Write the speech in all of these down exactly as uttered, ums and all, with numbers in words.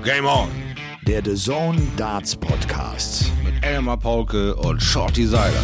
Game On! Der The Zone Darts Podcast. Mit Elmar Paulke und Shorty Seiler.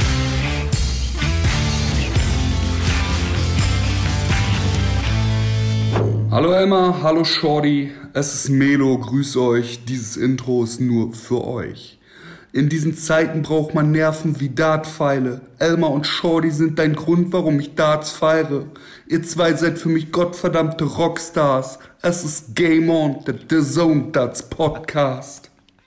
Hallo Elmar, hallo Shorty, es ist Melo, grüß euch, dieses Intro ist nur für euch. In diesen Zeiten braucht man Nerven wie Dartpfeile. Elmar und Shorty sind dein Grund, warum ich Darts feiere. Ihr zwei seid für mich gottverdammte Rockstars. Es ist Game On, der The Zone Darts Podcast.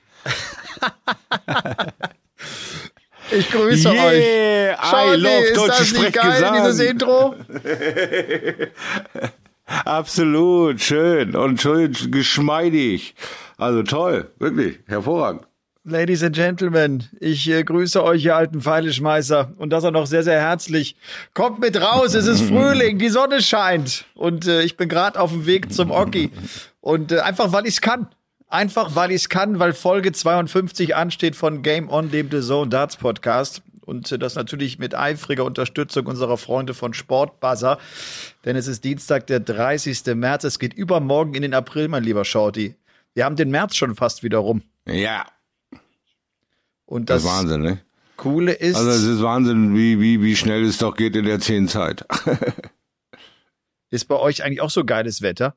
Ich grüße yeah, euch. Shorty, I love ist deutsche das nicht geil, Sprechgesang. dieses Intro? Absolut, schön und schön geschmeidig. Also toll, wirklich, hervorragend. Ladies and Gentlemen, ich äh, grüße euch, ihr alten Pfeileschmeißer. Und das auch noch sehr, sehr herzlich. Kommt mit raus, es ist Frühling, die Sonne scheint. Und äh, ich bin gerade auf dem Weg zum Oki. Und äh, einfach, weil ich es kann. Einfach, weil ich es kann, weil Folge zweiundfünfzig ansteht von Game On, dem The Zone Darts Podcast. Und äh, das natürlich mit eifriger Unterstützung unserer Freunde von Sportbuzzer. Denn es ist Dienstag, der dreißigsten März. Es geht übermorgen in den April, mein lieber Shorty. Wir haben den März schon fast wieder rum. Ja. Und das, das ist Wahnsinn, ne? Coole ist... Also es ist Wahnsinn, wie, wie, wie schnell es doch geht in der zehn Zeit. Ist bei euch eigentlich auch so geiles Wetter?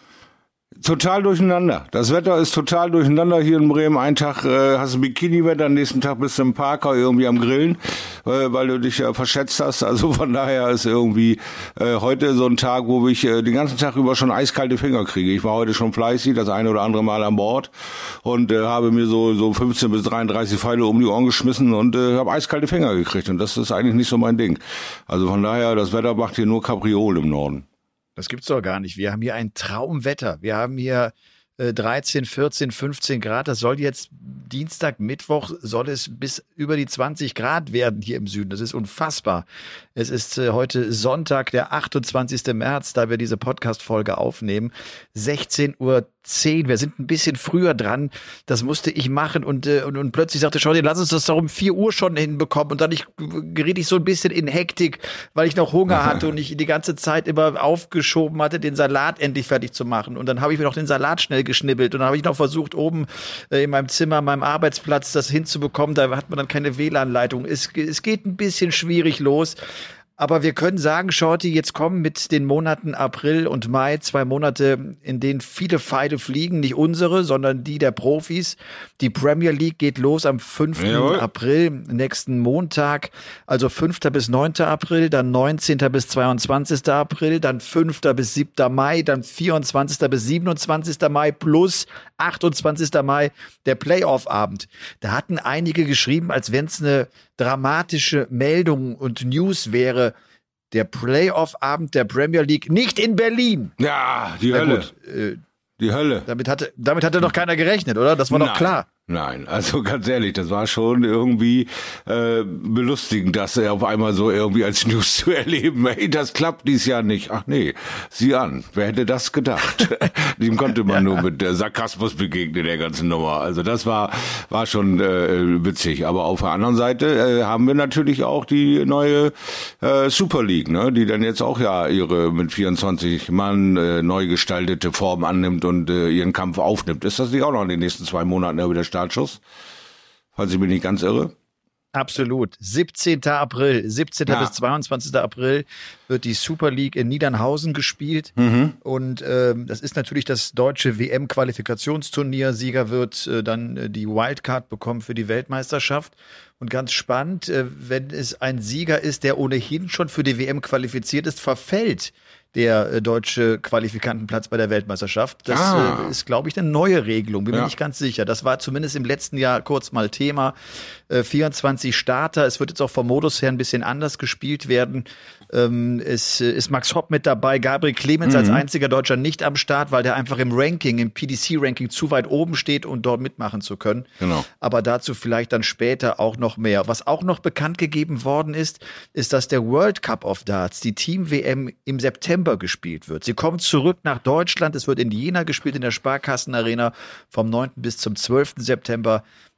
Total durcheinander. Das Wetter ist total durcheinander hier in Bremen. Einen Tag äh, hast du Bikini-Wetter, am nächsten Tag bist du im Parker irgendwie am Grillen, äh, weil du dich ja äh, verschätzt hast. Also von daher ist irgendwie äh, heute so ein Tag, wo ich äh, den ganzen Tag über schon eiskalte Finger kriege. Ich war heute schon fleißig, das eine oder andere Mal an Bord und äh, habe mir so so fünfzehn bis dreiunddreißig Pfeile um die Ohren geschmissen und äh, habe eiskalte Finger gekriegt. Und das ist eigentlich nicht so mein Ding. Also von daher, das Wetter macht hier nur Kapriol im Norden. Das gibt's doch gar nicht. Wir haben hier ein Traumwetter. Wir haben hier äh, dreizehn, vierzehn, fünfzehn Grad. Das soll jetzt Dienstag, Mittwoch soll es bis über die zwanzig Grad werden hier im Süden. Das ist unfassbar. Es ist äh, heute Sonntag, der achtundzwanzigsten März, da wir diese Podcast-Folge aufnehmen. sechzehn Uhr zehn. Wir sind ein bisschen früher dran. Das musste ich machen und, äh, und, und plötzlich sagte Shorty, lass uns das doch um vier Uhr schon hinbekommen. Und dann ich, geriet ich so ein bisschen in Hektik, weil ich noch Hunger hatte und ich die ganze Zeit immer aufgeschoben hatte, den Salat endlich fertig zu machen. Und dann habe ich mir noch den Salat schnell geschnibbelt und dann habe ich noch versucht, oben äh, in meinem Zimmer, meinem Arbeitsplatz, das hinzubekommen. Da hat man dann keine W L A N-Leitung. Es, es geht ein bisschen schwierig los. Aber wir können sagen, Shorty, jetzt kommen mit den Monaten April und Mai zwei Monate, in denen viele Pfeile fliegen. Nicht unsere, sondern die der Profis. Die Premier League geht los am fünften Jawohl. April, nächsten Montag. Also fünften bis neunten April, dann neunzehnten bis zweiundzwanzigsten April, dann fünften bis siebten Mai, dann vierundzwanzigsten bis siebenundzwanzigsten Mai plus achtundzwanzigsten Mai, der Playoff-Abend. Da hatten einige geschrieben, als wenn es eine dramatische Meldung und News wäre, der Playoff-Abend der Premier League nicht in Berlin. Ja, die Na Hölle. gut, äh, Die Hölle. damit hatte, damit hatte doch keiner gerechnet, oder? Das war doch Nein. klar. Nein, also ganz ehrlich, das war schon irgendwie äh, belustigend, das äh, auf einmal so irgendwie als News zu erleben. Hey, das klappt dieses Jahr nicht. Ach nee, sieh an, wer hätte das gedacht? Dem konnte man ja nur mit äh, Sarkasmus begegnen, der ganzen Nummer. Also das war war schon äh, witzig. Aber auf der anderen Seite äh, haben wir natürlich auch die neue äh, Super League, ne, die dann jetzt auch ja ihre mit vierundzwanzig Mann äh, neu gestaltete Form annimmt und äh, ihren Kampf aufnimmt. Ist das nicht auch noch in den nächsten zwei Monaten ja wieder Startschuss, falls ich mich nicht ganz irre? Absolut. siebzehnten April, siebzehnten Ja. bis zweiundzwanzigsten April wird die Super League in Niedernhausen gespielt. Mhm. Und ähm, das ist natürlich das deutsche W M-Qualifikationsturnier. Sieger wird äh, dann äh, die Wildcard bekommen für die Weltmeisterschaft. Und ganz spannend, äh, wenn es ein Sieger ist, der ohnehin schon für die W M qualifiziert ist, verfällt der äh, deutsche Qualifikantenplatz bei der Weltmeisterschaft. Das Ah. äh, ist, glaube ich, eine neue Regelung. Bin mir Ja. nicht ganz sicher. Das war zumindest im letzten Jahr kurz mal Thema. Äh, vierundzwanzig Starter. Es wird jetzt auch vom Modus her ein bisschen anders gespielt werden. Ähm, es äh, ist Max Hopp mit dabei, Gabriel Clemens Mhm. als einziger Deutscher nicht am Start, weil der einfach im Ranking, im P D C-Ranking zu weit oben steht, um dort mitmachen zu können. Genau. Aber dazu vielleicht dann später auch noch mehr. Was auch noch bekannt gegeben worden ist, ist, dass der World Cup of Darts, die Team-W M, im September gespielt wird. Sie kommt zurück nach Deutschland. Es wird in Jena gespielt, in der Sparkassenarena vom neunten bis zum zwölften September.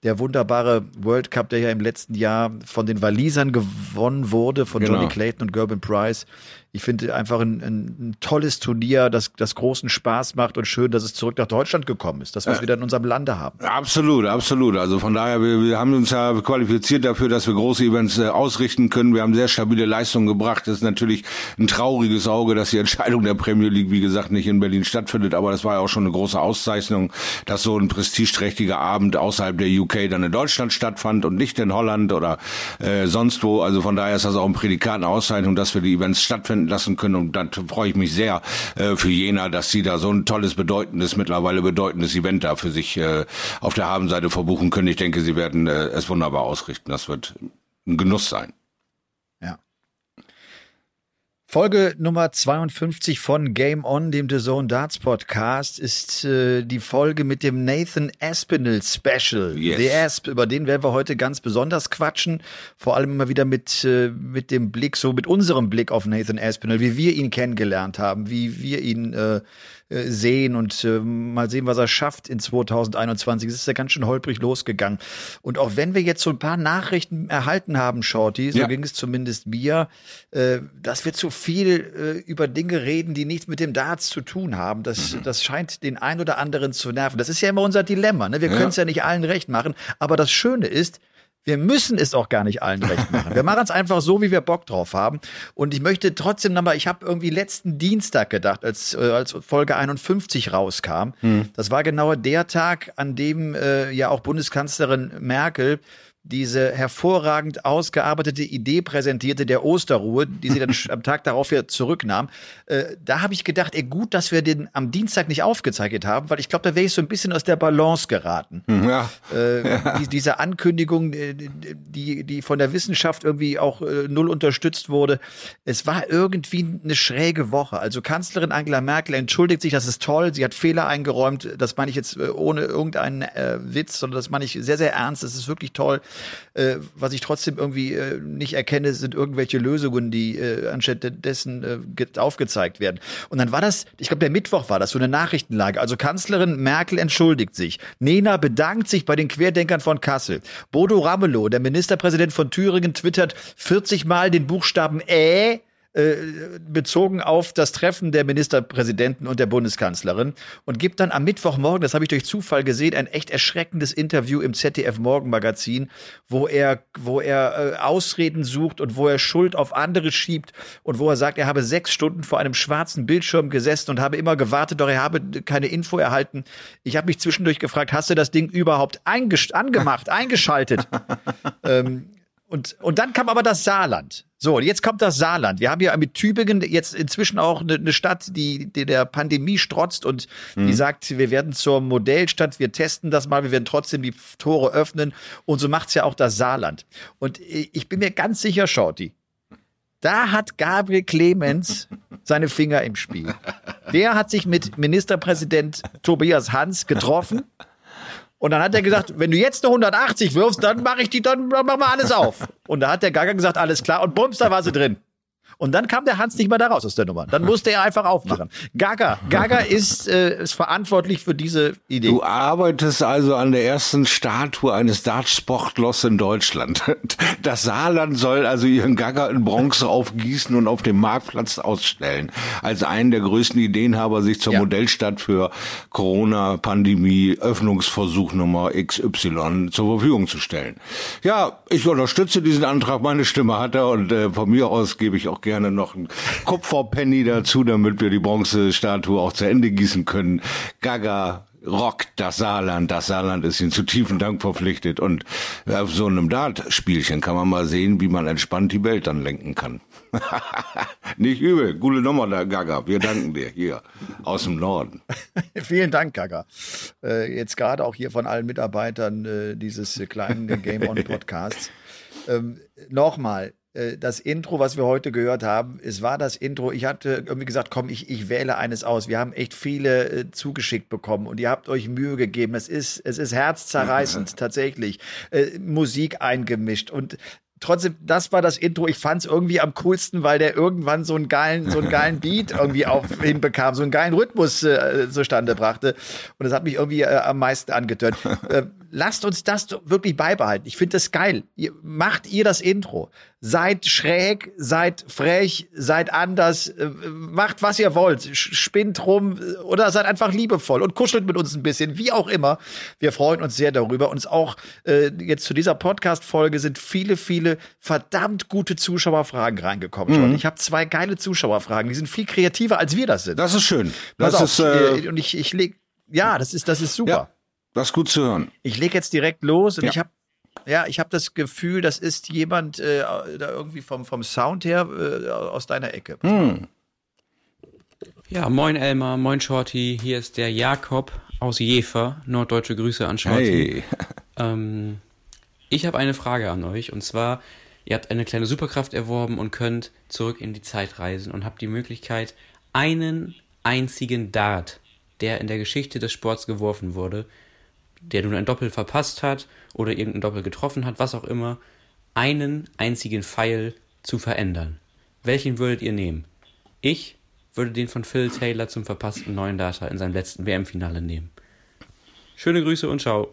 der wunderbare World Cup, der ja im letzten Jahr von den Walisern gewonnen wurde, von Genau. Johnny Clayton und Gerben Price. Ich finde einfach ein, ein, ein tolles Turnier, das, das großen Spaß macht und schön, dass es zurück nach Deutschland gekommen ist, dass wir es wieder in unserem Lande haben. Absolut, absolut. Also von daher, wir, wir haben uns ja qualifiziert dafür, dass wir große Events äh, ausrichten können. Wir haben sehr stabile Leistungen gebracht. Das ist natürlich ein trauriges Auge, dass die Entscheidung der Premier League, wie gesagt, nicht in Berlin stattfindet. Aber das war ja auch schon eine große Auszeichnung, dass so ein prestigeträchtiger Abend außerhalb der U K dann in Deutschland stattfand und nicht in Holland oder äh, sonst wo. Also von daher ist das auch ein Prädikat, eine Auszeichnung, dass wir die Events stattfinden lassen können. Und dann freue ich mich sehr äh, für Jena, dass sie da so ein tolles, bedeutendes, mittlerweile bedeutendes Event da für sich äh, auf der Habenseite verbuchen können. Ich denke, sie werden äh, es wunderbar ausrichten. Das wird ein Genuss sein. Ja. Folge Nummer zweiundfünfzig von Game On, dem The Zone Darts Podcast, ist äh, die Folge mit dem Nathan Aspinall Special. Yes. The Asp, über den werden wir heute ganz besonders quatschen. Vor allem immer wieder mit, äh, mit dem Blick, so mit unserem Blick auf Nathan Aspinall, wie wir ihn kennengelernt haben, wie wir ihn äh, äh, sehen und äh, mal sehen, was er schafft in zwanzig einundzwanzig. Es ist ja ganz schön holprig losgegangen. Und auch wenn wir jetzt so ein paar Nachrichten erhalten haben, Shorty, so Ja. ging es zumindest mir, äh, dass wir zu viel äh, über Dinge reden, die nichts mit dem Darts zu tun haben. Das, mhm. das scheint den ein oder anderen zu nerven. Das ist ja immer unser Dilemma. Ne? Wir Ja. können es ja nicht allen recht machen. Aber das Schöne ist, wir müssen es auch gar nicht allen recht machen. Wir machen es einfach so, wie wir Bock drauf haben. Und ich möchte trotzdem nochmal, ich habe irgendwie letzten Dienstag gedacht, als, äh, als Folge einundfünfzig rauskam. Hm. Das war genau der Tag, an dem äh, ja auch Bundeskanzlerin Merkel diese hervorragend ausgearbeitete Idee präsentierte der Osterruhe, die sie dann am Tag darauf wieder zurücknahm. Äh, da habe ich gedacht, ey, gut, dass wir den am Dienstag nicht aufgezeichnet haben, weil ich glaube, da wäre ich so ein bisschen aus der Balance geraten. Ja. Äh, ja. die, diese Ankündigung, die, die von der Wissenschaft irgendwie auch äh, null unterstützt wurde. Es war irgendwie eine schräge Woche. Also Kanzlerin Angela Merkel entschuldigt sich, das ist toll, sie hat Fehler eingeräumt. Das meine ich jetzt äh, ohne irgendeinen äh, Witz, sondern das meine ich sehr, sehr ernst. Das ist wirklich toll. Äh, was ich trotzdem irgendwie äh, nicht erkenne, sind irgendwelche Lösungen, die äh, anstelle dessen äh, aufgezeigt werden. Und dann war das, ich glaube, der Mittwoch war das, so eine Nachrichtenlage. Also Kanzlerin Merkel entschuldigt sich. Nena bedankt sich bei den Querdenkern von Kassel. Bodo Ramelow, der Ministerpräsident von Thüringen, twittert vierzig Mal den Buchstaben Ä, bezogen auf das Treffen der Ministerpräsidenten und der Bundeskanzlerin und gibt dann am Mittwochmorgen, das habe ich durch Zufall gesehen, ein echt erschreckendes Interview im Z D F Morgenmagazin, wo er, wo er äh, Ausreden sucht und wo er Schuld auf andere schiebt und wo er sagt, er habe sechs Stunden vor einem schwarzen Bildschirm gesessen und habe immer gewartet, doch er habe keine Info erhalten. Ich habe mich zwischendurch gefragt, hast du das Ding überhaupt eingesch- angemacht, eingeschaltet? ähm, Und, und dann kam aber das Saarland. So, jetzt kommt das Saarland. Wir haben ja mit Tübingen jetzt inzwischen auch eine, eine Stadt, die, die der Pandemie strotzt und mhm. die sagt, wir werden zur Modellstadt, wir testen das mal, wir werden trotzdem die Tore öffnen. Und so macht's ja auch das Saarland. Und ich bin mir ganz sicher, Shorty, da hat Gabriel Clemens seine Finger im Spiel. Der hat sich mit Ministerpräsident Tobias Hans getroffen. Und dann hat er gesagt, wenn du jetzt eine hundertachtzig wirfst, dann mache ich die, dann machen wir alles auf. Und da hat der Gaga gesagt, alles klar. Und bums, da war sie drin. Und dann kam der Hans nicht mehr da raus aus der Nummer. Dann musste er einfach aufmachen. Gaga, Gaga ist, äh, ist verantwortlich für diese Idee. Du arbeitest also an der ersten Statue eines Dartsportlers in Deutschland. Das Saarland soll also ihren Gaga in Bronze aufgießen und auf dem Marktplatz ausstellen. Als einen der größten Ideenhaber, sich zur ja. Modellstadt für Corona-Pandemie, Öffnungsversuch Nummer X Y zur Verfügung zu stellen. Ja, ich unterstütze diesen Antrag. Meine Stimme hat er und äh, von mir aus gebe ich auch gerne noch einen Kupferpenny dazu, damit wir die Bronzestatue auch zu Ende gießen können. Gaga rockt das Saarland. Das Saarland ist ihm zu tiefen Dank verpflichtet. Und auf so einem Dart-Spielchen kann man mal sehen, wie man entspannt die Welt dann lenken kann. Nicht übel. Gute Nummer da, Gaga. Wir danken dir hier aus dem Norden. Vielen Dank, Gaga. Äh, jetzt gerade auch hier von allen Mitarbeitern äh, dieses kleinen Game On Podcasts. Ähm, Nochmal. Das Intro, was wir heute gehört haben, es war das Intro. Ich hatte irgendwie gesagt, komm, ich, ich wähle eines aus. Wir haben echt viele äh, zugeschickt bekommen und ihr habt euch Mühe gegeben. Es ist, es ist herzzerreißend, tatsächlich. Äh, Musik eingemischt und trotzdem, das war das Intro. Ich fand es irgendwie am coolsten, weil der irgendwann so einen geilen, so einen geilen Beat irgendwie auch hinbekam, so einen geilen Rhythmus äh, zustande brachte. Und das hat mich irgendwie äh, am meisten angetört. Äh, lasst uns das doch wirklich beibehalten. Ich finde das geil. Ihr, macht ihr das Intro. Seid schräg, seid frech, seid anders, äh, macht was ihr wollt. Spinnt rum oder seid einfach liebevoll und kuschelt mit uns ein bisschen, wie auch immer. Wir freuen uns sehr darüber. Uns auch äh, jetzt zu dieser Podcast-Folge sind viele, viele verdammt gute Zuschauerfragen reingekommen. Mhm. Ich habe zwei geile Zuschauerfragen. Die sind viel kreativer, als wir das sind. Das ist schön. Pass Das auf, ist, äh, und ich, ich leg, ja, das ist, das ist super. Ja, das ist gut zu hören. Ich lege jetzt direkt los und Ja. ich habe ja, ich habe das Gefühl, das ist jemand äh, da irgendwie vom, vom Sound her äh, aus deiner Ecke. Hm. Ja, moin Elmar, moin Shorty, hier ist der Jakob aus Jever, norddeutsche Grüße an Shorty. Hey. Ähm, ich habe eine Frage an euch und zwar, ihr habt eine kleine Superkraft erworben und könnt zurück in die Zeit reisen und habt die Möglichkeit, einen einzigen Dart, der in der Geschichte des Sports geworfen wurde, der nun ein Doppel verpasst hat oder irgendein Doppel getroffen hat, was auch immer, einen einzigen Pfeil zu verändern. Welchen würdet ihr nehmen? Ich würde den von Phil Taylor zum verpassten neuen Darter in seinem letzten W M-Finale nehmen. Schöne Grüße und ciao.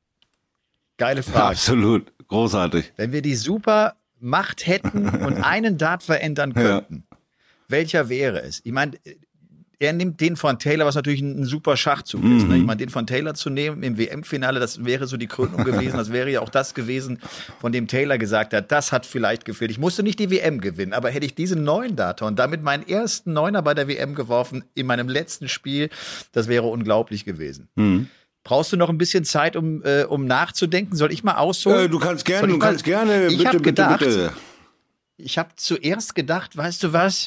Geile Frage. Absolut. Großartig. Wenn wir die super Macht hätten und einen Dart verändern könnten, ja. welcher wäre es? Ich meine, er nimmt den von Taylor, was natürlich ein, ein super Schachzug mhm. ist. Ne? Ich meine, den von Taylor zu nehmen im W M-Finale, das wäre so die Krönung gewesen. Das wäre ja auch das gewesen, von dem Taylor gesagt hat, das hat vielleicht gefehlt. Ich musste nicht die W M gewinnen, aber hätte ich diesen neuen Data und damit meinen ersten Neuner bei der W M geworfen in meinem letzten Spiel, das wäre unglaublich gewesen. Mhm. Brauchst du noch ein bisschen Zeit, um, äh, um nachzudenken? Soll ich mal ausholen? Äh, du kannst gerne, du kannst gerne. Ich bitte, habe bitte, gedacht, bitte. ich habe zuerst gedacht, weißt du was?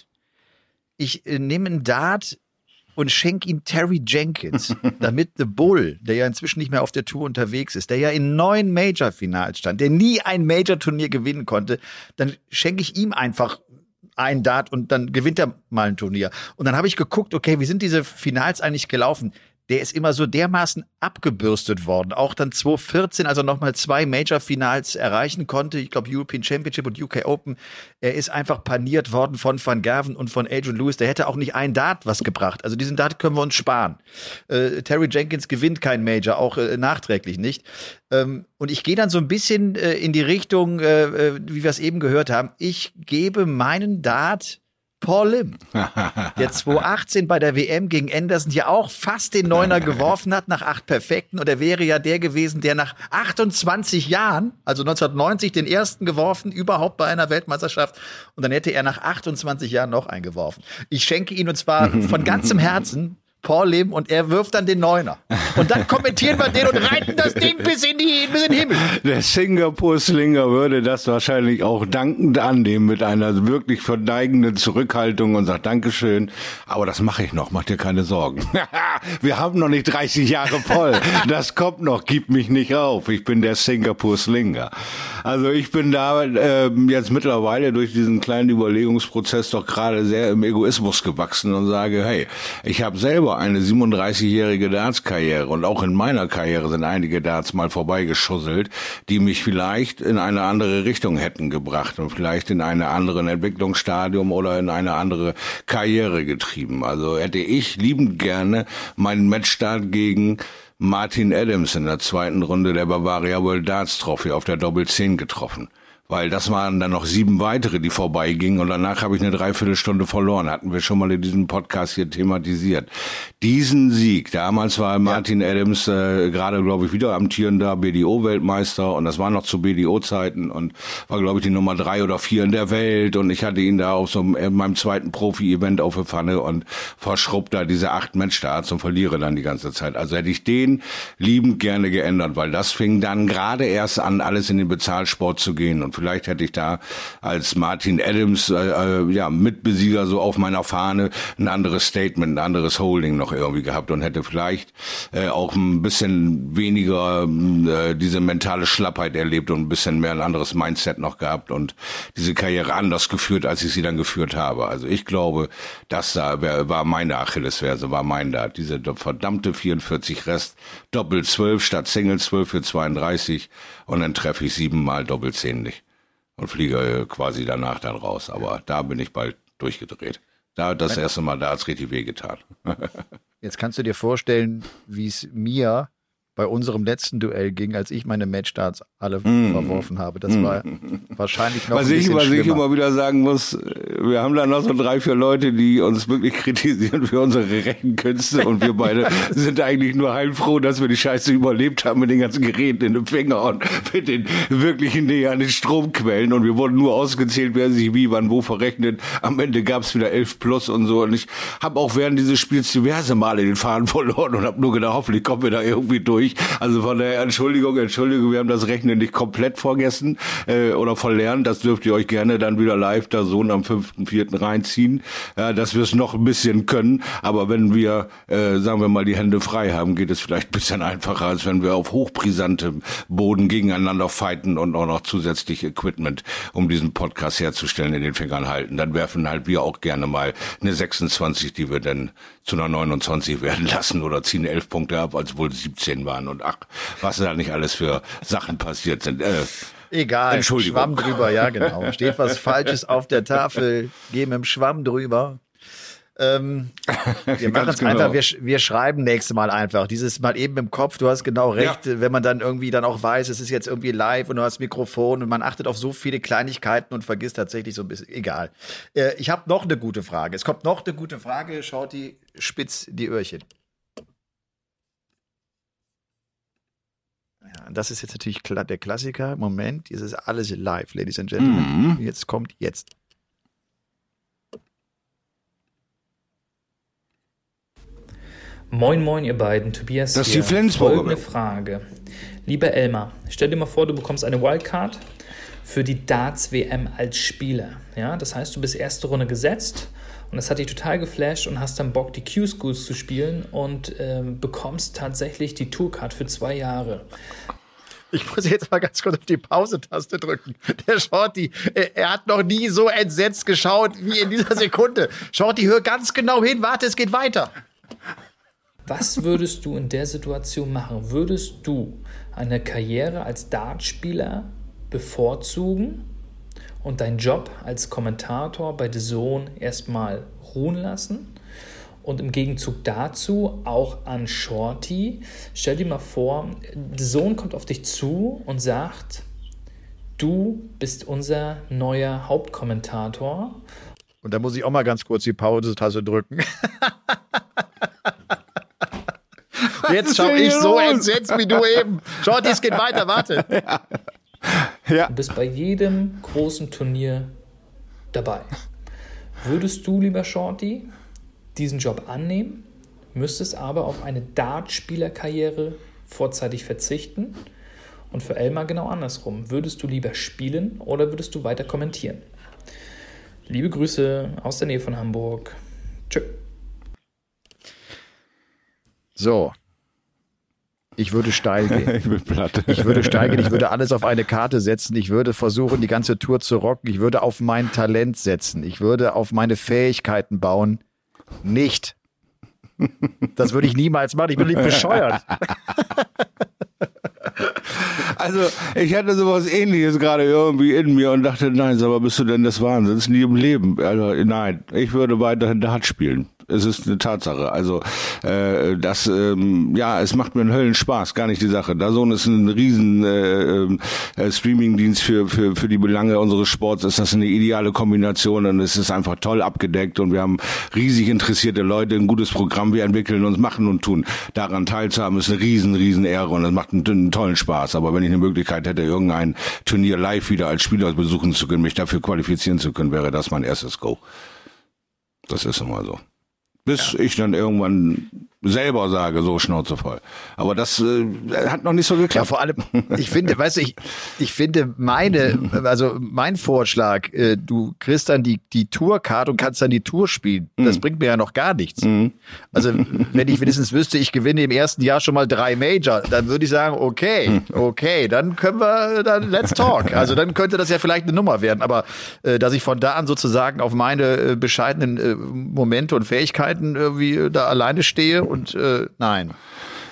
Ich äh, nehme einen Dart und schenke ihn Terry Jenkins, damit The Bull, der ja inzwischen nicht mehr auf der Tour unterwegs ist, der ja in neun Major-Finals stand, der nie ein Major-Turnier gewinnen konnte, dann schenke ich ihm einfach einen Dart und dann gewinnt er mal ein Turnier. Und dann habe ich geguckt, okay, wie sind diese Finals eigentlich gelaufen? Der ist immer so dermaßen abgebürstet worden. Auch dann zwanzig vierzehn, also nochmal zwei Major-Finals erreichen konnte. Ich glaube, European Championship und U K Open. Er ist einfach paniert worden von Van Gerven und von Adrian Lewis. Der hätte auch nicht ein Dart was gebracht. Also diesen Dart können wir uns sparen. Äh, Terry Jenkins gewinnt kein Major, auch äh, nachträglich nicht. Ähm, und ich gehe dann so ein bisschen äh, in die Richtung, äh, wie wir es eben gehört haben. Ich gebe meinen Dart Paul Lim, der zwanzig achtzehn bei der W M gegen Anderson ja auch fast den Neuner geworfen hat nach acht Perfekten. Und er wäre ja der gewesen, der nach achtundzwanzig Jahren, also neunzehnhundertneunzig, den ersten geworfen, überhaupt bei einer Weltmeisterschaft. Und dann hätte er nach achtundzwanzig Jahren noch einen geworfen. Ich schenke ihn und zwar von ganzem Herzen Paul Lim und er wirft dann den Neuner. Und dann kommentieren wir den und reiten das Ding bis in, die, bis in den Himmel. Der Singapur-Slinger würde das wahrscheinlich auch dankend annehmen mit einer wirklich verneigenden Zurückhaltung und sagt Dankeschön, aber das mache ich noch, mach dir keine Sorgen. Wir haben noch nicht dreißig Jahre voll. Das kommt noch, gib mich nicht auf. Ich bin der Singapur-Slinger. Also ich bin da äh, jetzt mittlerweile durch diesen kleinen Überlegungsprozess doch gerade sehr im Egoismus gewachsen und sage, hey, ich habe selber eine siebenunddreißigjährige Darts-Karriere und auch in meiner Karriere sind einige Darts mal vorbeigeschusselt, die mich vielleicht in eine andere Richtung hätten gebracht und vielleicht in einen anderen Entwicklungsstadium oder in eine andere Karriere getrieben. Also hätte ich liebend gerne meinen Matchstart gegen Martin Adams in der zweiten Runde der Bavaria World Darts Trophy auf der Doppel zehn getroffen. Weil das waren dann noch sieben weitere, die vorbeigingen und danach habe ich eine Dreiviertelstunde verloren. Hatten wir schon mal in diesem Podcast hier thematisiert. Diesen Sieg, damals war Martin ja. Adams äh, gerade, glaube ich, wieder amtierender B D O-Weltmeister und das war noch zu B D O-Zeiten und war, glaube ich, die Nummer drei oder vier in der Welt und ich hatte ihn da auf so einem, meinem zweiten Profi-Event auf der Pfanne und verschrubbt da diese acht Matchstarts und verliere dann die ganze Zeit. Also hätte ich den liebend gerne geändert, weil das fing dann gerade erst an, alles in den Bezahlsport zu gehen und vielleicht hätte ich da als Martin Adams, äh, äh, ja, Mitbesieger so auf meiner Fahne ein anderes Statement, ein anderes Holding noch irgendwie gehabt und hätte vielleicht äh, auch ein bisschen weniger äh, diese mentale Schlappheit erlebt und ein bisschen mehr ein anderes Mindset noch gehabt und diese Karriere anders geführt, als ich sie dann geführt habe. Also ich glaube, das da wär, war meine Achillesferse, war mein da. Diese verdammte vierundvierzig Rest, Doppel zwölf statt Single zwölf für zweiunddreißig und dann treffe ich siebenmal Doppel zehn nicht. Und fliege quasi danach dann raus. Aber da bin ich bald durchgedreht. Da hat das erste Mal, da hat's richtig wehgetan. Jetzt kannst du dir vorstellen, wie es mir bei unserem letzten Duell ging, als ich meine Matchstarts alle mm. verworfen habe. Das war wahrscheinlich noch was ein bisschen ich, was schlimmer. ich immer wieder sagen muss, wir haben da noch so drei, vier Leute, die uns wirklich kritisieren für unsere Rechenkünste und wir beide sind eigentlich nur heilfroh, dass wir die Scheiße überlebt haben mit den ganzen Geräten in den Finger und mit den wirklichen Nähe an den Stromquellen und wir wurden nur ausgezählt, wer sich wie, wann, wo verrechnet. Am Ende gab's wieder elf plus und so und ich habe auch während dieses Spiels diverse Male den Faden verloren und habe nur gedacht, hoffentlich kommen wir da irgendwie durch. Also von daher, Entschuldigung, Entschuldigung, wir haben das Rechnen nicht komplett vergessen äh, oder verlernt. Das dürft ihr euch gerne dann wieder live da so am fünften vierten reinziehen, ja, dass wir es noch ein bisschen können. Aber wenn wir, äh, sagen wir mal, die Hände frei haben, geht es vielleicht ein bisschen einfacher, als wenn wir auf hochbrisantem Boden gegeneinander fighten und auch noch zusätzlich Equipment, um diesen Podcast herzustellen, in den Fingern halten. Dann werfen halt wir auch gerne mal eine sechsundzwanzig, die wir dann zu einer neunundzwanzig werden lassen oder ziehen elf Punkte ab, als wohl siebzehn waren und ach, was da nicht alles für Sachen passiert sind. Äh, Egal, Entschuldigung. Schwamm drüber, ja genau. Steht was Falsches auf der Tafel, geh mit dem Schwamm drüber. Ähm, wir machen es genau. einfach, wir, wir schreiben nächstes Mal einfach. Dieses Mal eben im Kopf, du hast genau recht, ja. Wenn man dann irgendwie dann auch weiß, es ist jetzt irgendwie live und du hast Mikrofon und man achtet auf so viele Kleinigkeiten und vergisst tatsächlich so ein bisschen, egal. Äh, ich habe noch eine gute Frage. Es kommt noch eine gute Frage, schaut die spitz die Öhrchen. Ja, das ist jetzt natürlich der Klassiker. Moment, es ist alles live, Ladies and Gentlemen. Mhm. Jetzt kommt jetzt. Moin, moin, ihr beiden. Tobias das hier. Ist die Flensburger. Folgende Frage. Lieber Elmar, stell dir mal vor, du bekommst eine Wildcard für die Darts-W M als Spieler. Ja, das heißt, du bist erste Runde gesetzt und das hat dich total geflasht und hast dann Bock, die Q-Schools zu spielen und ähm, bekommst tatsächlich die Tourcard für zwei Jahre. Ich muss jetzt mal ganz kurz auf die Pause-Taste drücken. Der Shorty, er hat noch nie so entsetzt geschaut wie in dieser Sekunde. Shorty, hör ganz genau hin, warte, es geht weiter. Was würdest du in der Situation machen? Würdest du eine Karriere als Dartspieler bevorzugen und deinen Job als Kommentator bei The Zone erstmal ruhen lassen? Und im Gegenzug dazu auch an Shorty, stell dir mal vor, The Zone kommt auf dich zu und sagt, du bist unser neuer Hauptkommentator. Und da muss ich auch mal ganz kurz die Pause-Taste drücken. Jetzt schau ich so entsetzt wie du eben. Shorty, es geht weiter, warte. Ja. Ja. Du bist bei jedem großen Turnier dabei. Würdest du, lieber Shorty, diesen Job annehmen, müsstest aber auf eine Dartspielerkarriere vorzeitig verzichten? Und für Elmar genau andersrum. Würdest du lieber spielen oder würdest du weiter kommentieren? Liebe Grüße aus der Nähe von Hamburg. Tschö. So. Ich würde steil gehen. Ich bin platt. Ich würde steil gehen. Ich würde alles auf eine Karte setzen. Ich würde versuchen, die ganze Tour zu rocken. Ich würde auf mein Talent setzen. Ich würde auf meine Fähigkeiten bauen. Nicht. Das würde ich niemals machen. Ich bin nicht bescheuert. Also, ich hatte sowas Ähnliches gerade irgendwie in mir und dachte, nein, aber bist du denn des Wahnsinns? Nie im Leben. Also, nein, ich würde weiterhin Dart spielen. Es ist eine Tatsache. Also, äh, das, ähm, ja, es macht mir einen Höllenspaß, gar nicht die Sache. DAZN ist ein riesen äh, äh, Streamingdienst für für für die Belange unseres Sports. Ist das eine ideale Kombination und es ist einfach toll abgedeckt und wir haben riesig interessierte Leute, ein gutes Programm. Wir entwickeln uns, machen und tun. Daran teilzuhaben ist eine riesen, riesen Ehre und es macht einen, einen tollen Spaß. Aber wenn ich eine Möglichkeit hätte, irgendein Turnier live wieder als Spieler besuchen zu können, mich dafür qualifizieren zu können, wäre das mein erstes Go. Das ist immer so. Bis ja. ich dann irgendwann selber sage, so Schnauze voll. Aber das äh, hat noch nicht so geklappt. Ja, vor allem, ich finde, weißt du, ich, ich finde meine, also mein Vorschlag, äh, du kriegst dann die, die Tourcard und kannst dann die Tour spielen. Das mhm. bringt mir ja noch gar nichts. Mhm. Also, wenn ich wenigstens wüsste, ich gewinne im ersten Jahr schon mal drei Major, dann würde ich sagen, okay, okay, dann können wir, dann let's talk. Also, dann könnte das ja vielleicht eine Nummer werden. Aber, äh, dass ich von da an sozusagen auf meine äh, bescheidenen äh, Momente und Fähigkeiten irgendwie äh, da alleine stehe und äh, nein.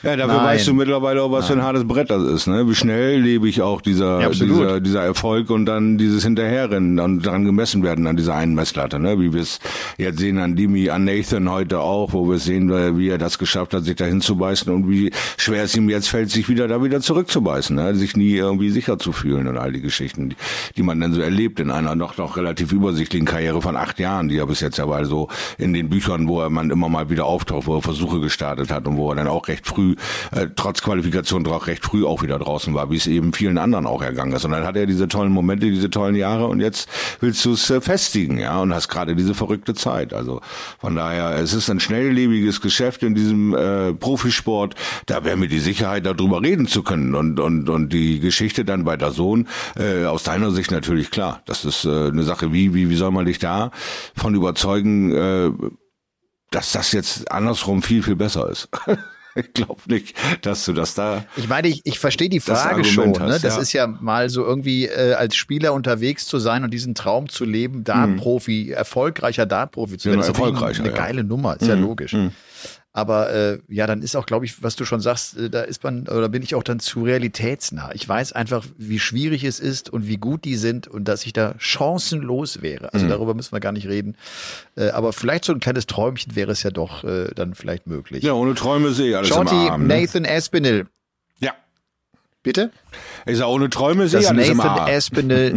Ja, dafür Nein. weißt du mittlerweile auch, was Nein. für ein hartes Brett das ist. Ne? Wie schnell lebe ich auch dieser, Ja, absolut. dieser, dieser Erfolg und dann dieses Hinterherrennen und daran gemessen werden an dieser einen Messlatte. Ne? Wie wir es jetzt sehen an Dimi, an Nathan heute auch, wo wir sehen, wie er das geschafft hat, sich da hinzubeißen und wie schwer es ihm jetzt fällt, sich wieder da wieder zurückzubeißen. Ne? Sich nie irgendwie sicher zu fühlen und all die Geschichten, die, die man dann so erlebt in einer noch, noch relativ übersichtlichen Karriere von acht Jahren, die er bis jetzt ja weil so in den Büchern, wo er man immer mal wieder auftaucht, wo er Versuche gestartet hat und wo er dann auch recht früh, äh, trotz Qualifikation auch recht früh auch wieder draußen war, wie es eben vielen anderen auch ergangen ist. Und dann hat er diese tollen Momente, diese tollen Jahre und jetzt willst du es äh, festigen, ja, und hast gerade diese verrückte Zeit. Also von daher, es ist ein schnelllebiges Geschäft in diesem äh, Profisport. Da wäre mir die Sicherheit, darüber reden zu können und und und die Geschichte dann bei DAZN äh, aus deiner Sicht natürlich klar. Das ist äh, eine Sache, wie wie wie soll man dich da von überzeugen, äh, dass das jetzt andersrum viel, viel besser ist. Ich glaube nicht, dass du das da... Ich meine, ich, ich verstehe die Frage das schon. Argument Ne? hast, Das ja. ist ja mal so irgendwie äh, als Spieler unterwegs zu sein und diesen Traum zu leben, Dartprofi, erfolgreicher Dartprofi zu werden. Genau, Das ist natürlich erfolgreicher, eine ja. geile Nummer, ist ja logisch. Aber äh, ja, dann ist auch, glaube ich, was du schon sagst, äh, da ist man, oder bin ich auch dann zu realitätsnah. Ich weiß einfach, wie schwierig es ist und wie gut die sind und dass ich da chancenlos wäre. Also darüber müssen wir gar nicht reden. Äh, aber vielleicht so ein kleines Träumchen wäre es ja doch äh, dann vielleicht möglich. Ja, ohne Träume ist eh alles Shorty, im Arm. Ne? Nathan Aspinall. Ja. Bitte? Ich sag, ohne Träume ist eh Das alles im Nathan Arm. Aspinall.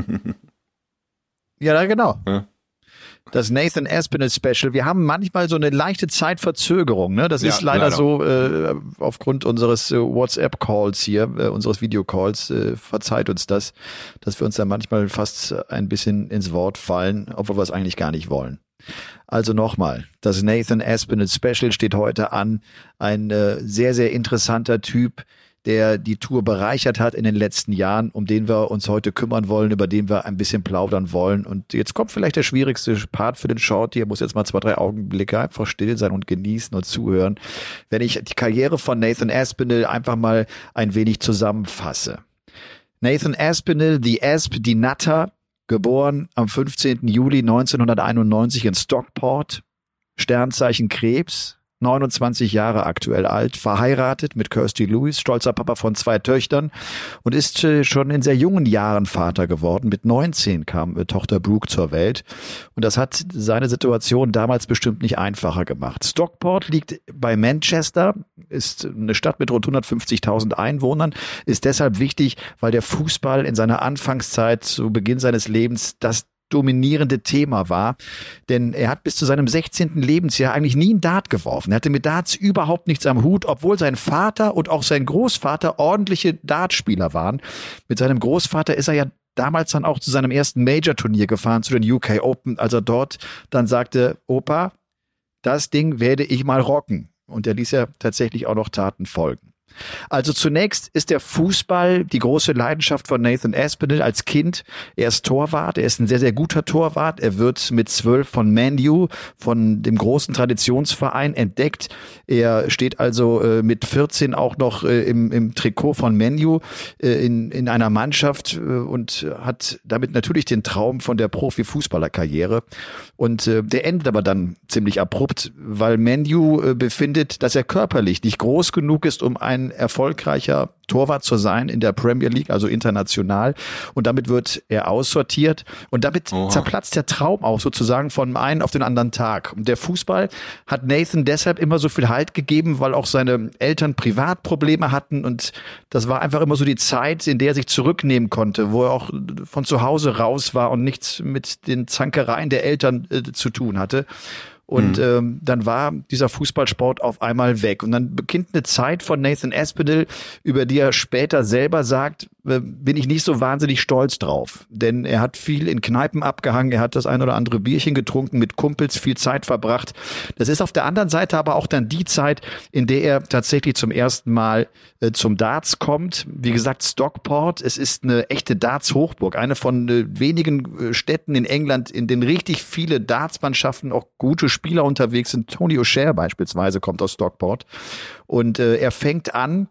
Ja, da genau. Ja. Das Nathan Aspinall Special. Wir haben manchmal so eine leichte Zeitverzögerung. Ne? Das Ja, ist leider, leider. so äh, aufgrund unseres äh, WhatsApp-Calls hier, äh, unseres Videocalls. Äh, verzeiht uns das, dass wir uns da manchmal fast ein bisschen ins Wort fallen, obwohl wir es eigentlich gar nicht wollen. Also nochmal, das Nathan Aspinall Special steht heute an. Ein äh, sehr, sehr interessanter Typ, der die Tour bereichert hat in den letzten Jahren, um den wir uns heute kümmern wollen, über den wir ein bisschen plaudern wollen. Und jetzt kommt vielleicht der schwierigste Part für den Shorty. Er muss jetzt mal zwei, drei Augenblicke einfach still sein und genießen und zuhören, wenn ich die Karriere von Nathan Aspinall einfach mal ein wenig zusammenfasse. Nathan Aspinall, the Asp, die Natter, geboren am fünfzehnten Juli neunzehnhunderteinundneunzig in Stockport, Sternzeichen Krebs, neunundzwanzig Jahre aktuell alt, verheiratet mit Kirsty Lewis, stolzer Papa von zwei Töchtern und ist äh, schon in sehr jungen Jahren Vater geworden. Mit neunzehn kam äh, Tochter Brooke zur Welt und das hat seine Situation damals bestimmt nicht einfacher gemacht. Stockport liegt bei Manchester, ist eine Stadt mit rund hundertfünfzigtausend Einwohnern, ist deshalb wichtig, weil der Fußball in seiner Anfangszeit zu Beginn seines Lebens das dominierende Thema war, denn er hat bis zu seinem sechzehnten Lebensjahr eigentlich nie einen Dart geworfen. Er hatte mit Darts überhaupt nichts am Hut, obwohl sein Vater und auch sein Großvater ordentliche Dartspieler waren. Mit seinem Großvater ist er ja damals dann auch zu seinem ersten Major-Turnier gefahren, zu den U K Open, als er dort dann sagte, Opa, das Ding werde ich mal rocken. Und er ließ ja tatsächlich auch noch Taten folgen. Also zunächst ist der Fußball die große Leidenschaft von Nathan Aspinall als Kind. Er ist Torwart, er ist ein sehr, sehr guter Torwart. Er wird mit zwölf von Man U, von dem großen Traditionsverein, entdeckt. Er steht also äh, mit vierzehn auch noch äh, im, im Trikot von Man U äh, in, in einer Mannschaft äh, und hat damit natürlich den Traum von der Profifußballerkarriere. Und äh, der endet aber dann ziemlich abrupt, weil Man U äh, befindet, dass er körperlich nicht groß genug ist, um ein erfolgreicher Torwart zu sein in der Premier League, also international. Und damit wird er aussortiert. Und damit Oha. zerplatzt der Traum auch sozusagen von einem auf den anderen Tag. Und der Fußball hat Nathan deshalb immer so viel Halt gegeben, weil auch seine Eltern Privatprobleme hatten. Und das war einfach immer so die Zeit, in der er sich zurücknehmen konnte, wo er auch von zu Hause raus war und nichts mit den Zankereien der Eltern äh, zu tun hatte. Und ähm, dann war dieser Fußballsport auf einmal weg. Und dann beginnt eine Zeit von Nathan Aspinall, über die er später selber sagt, äh, bin ich nicht so wahnsinnig stolz drauf. Denn er hat viel in Kneipen abgehangen, er hat das ein oder andere Bierchen getrunken, mit Kumpels viel Zeit verbracht. Das ist auf der anderen Seite aber auch dann die Zeit, in der er tatsächlich zum ersten Mal äh, zum Darts kommt. Wie gesagt, Stockport, es ist eine echte Darts-Hochburg. Eine von äh, wenigen äh, Städten in England, in denen richtig viele Darts-Mannschaften, auch gute Spieler unterwegs sind. Tony O'Shea beispielsweise kommt aus Stockport. Und äh, er fängt an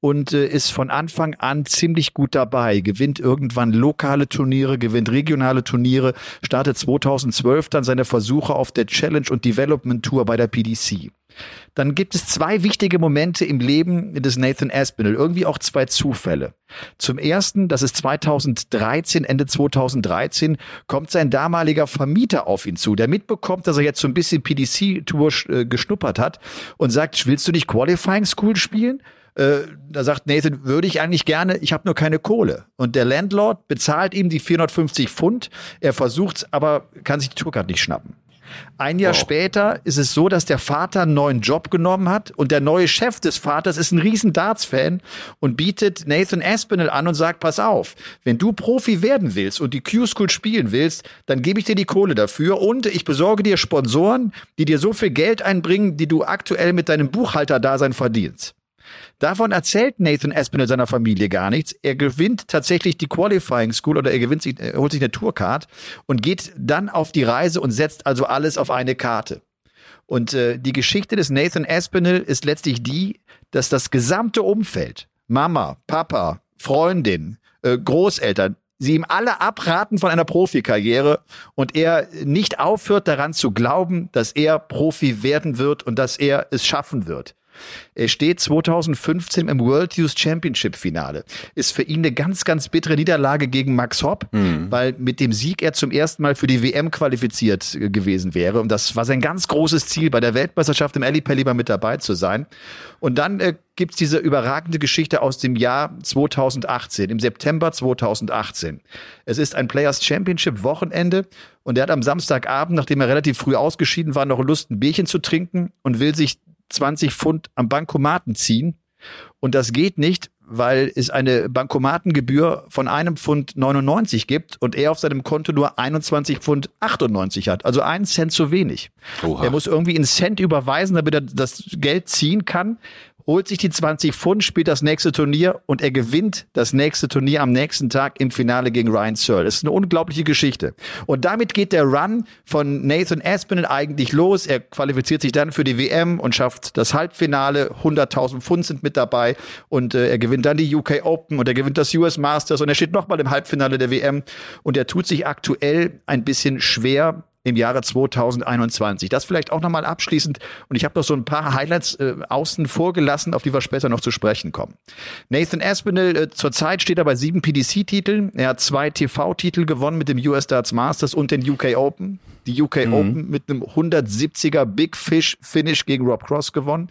und äh, ist von Anfang an ziemlich gut dabei, gewinnt irgendwann lokale Turniere, gewinnt regionale Turniere, startet zweitausendzwölf dann seine Versuche auf der Challenge und Development Tour bei der P D C. Dann gibt es zwei wichtige Momente im Leben des Nathan Aspinall, irgendwie auch zwei Zufälle. Zum ersten, das ist zweitausenddreizehn, Ende zweitausenddreizehn, kommt sein damaliger Vermieter auf ihn zu, der mitbekommt, dass er jetzt so ein bisschen P D C-Tour äh, geschnuppert hat und sagt, willst du nicht Qualifying School spielen? Äh, da sagt Nathan, würde ich eigentlich gerne, ich habe nur keine Kohle. Und der Landlord bezahlt ihm die vierhundertfünfzig Pfund, er versucht's, aber kann sich die Tourcard nicht schnappen. Ein Jahr wow. später ist es so, dass der Vater einen neuen Job genommen hat und der neue Chef des Vaters ist ein riesen Darts-Fan und bietet Nathan Aspinall an und sagt, pass auf, wenn du Profi werden willst und die Q-School spielen willst, dann gebe ich dir die Kohle dafür und ich besorge dir Sponsoren, die dir so viel Geld einbringen, die du aktuell mit deinem Buchhalterdasein verdienst. Davon erzählt Nathan Aspinall seiner Familie gar nichts. Er gewinnt tatsächlich die Qualifying School oder er gewinnt sich, er holt sich eine Tourcard und geht dann auf die Reise und setzt also alles auf eine Karte. Und äh, die Geschichte des Nathan Aspinall ist letztlich die, dass das gesamte Umfeld, Mama, Papa, Freundin, äh, Großeltern, sie ihm alle abraten von einer Profikarriere und er nicht aufhört daran zu glauben, dass er Profi werden wird und dass er es schaffen wird. Er steht zweitausendfünfzehn im World Youth Championship Finale. Ist für ihn eine ganz, ganz bittere Niederlage gegen Max Hopp, mhm. weil mit dem Sieg er zum ersten Mal für die W M qualifiziert gewesen wäre. Und das war sein ganz großes Ziel, bei der Weltmeisterschaft im Ellipelli mal mit dabei zu sein. Und dann äh, gibt's diese überragende Geschichte aus dem Jahr zweitausendachtzehn, im September zweitausendachtzehn. Es ist ein Players Championship Wochenende und er hat am Samstagabend, nachdem er relativ früh ausgeschieden war, noch Lust, ein Bierchen zu trinken und will sich zwanzig Pfund am Bankomaten ziehen. Und das geht nicht, weil es eine Bankomatengebühr von einem Pfund neunundneunzig gibt und er auf seinem Konto nur einundzwanzig Pfund achtundneunzig hat. Also einen Cent zu wenig. Oha. Er muss irgendwie einen Cent überweisen, damit er das Geld ziehen kann. Holt sich die zwanzig Pfund, spielt das nächste Turnier und er gewinnt das nächste Turnier am nächsten Tag im Finale gegen Ryan Searle. Das ist eine unglaubliche Geschichte. Und damit geht der Run von Nathan Aspinall eigentlich los. Er qualifiziert sich dann für die W M und schafft das Halbfinale. hunderttausend Pfund sind mit dabei und äh, er gewinnt dann die U K Open und er gewinnt das U S Masters und er steht nochmal im Halbfinale der W M und er tut sich aktuell ein bisschen schwer im Jahre zweitausendeinundzwanzig. Das vielleicht auch nochmal abschließend. Und ich habe noch so ein paar Highlights äh, außen vor gelassen, auf die wir später noch zu sprechen kommen. Nathan Aspinall, äh, zurzeit steht er bei sieben P D C-Titeln. Er hat zwei T V-Titel gewonnen mit dem U S Darts Masters und den U K Open. Die U K mhm. Open mit einem hundertsiebziger Big Fish Finish gegen Rob Cross gewonnen.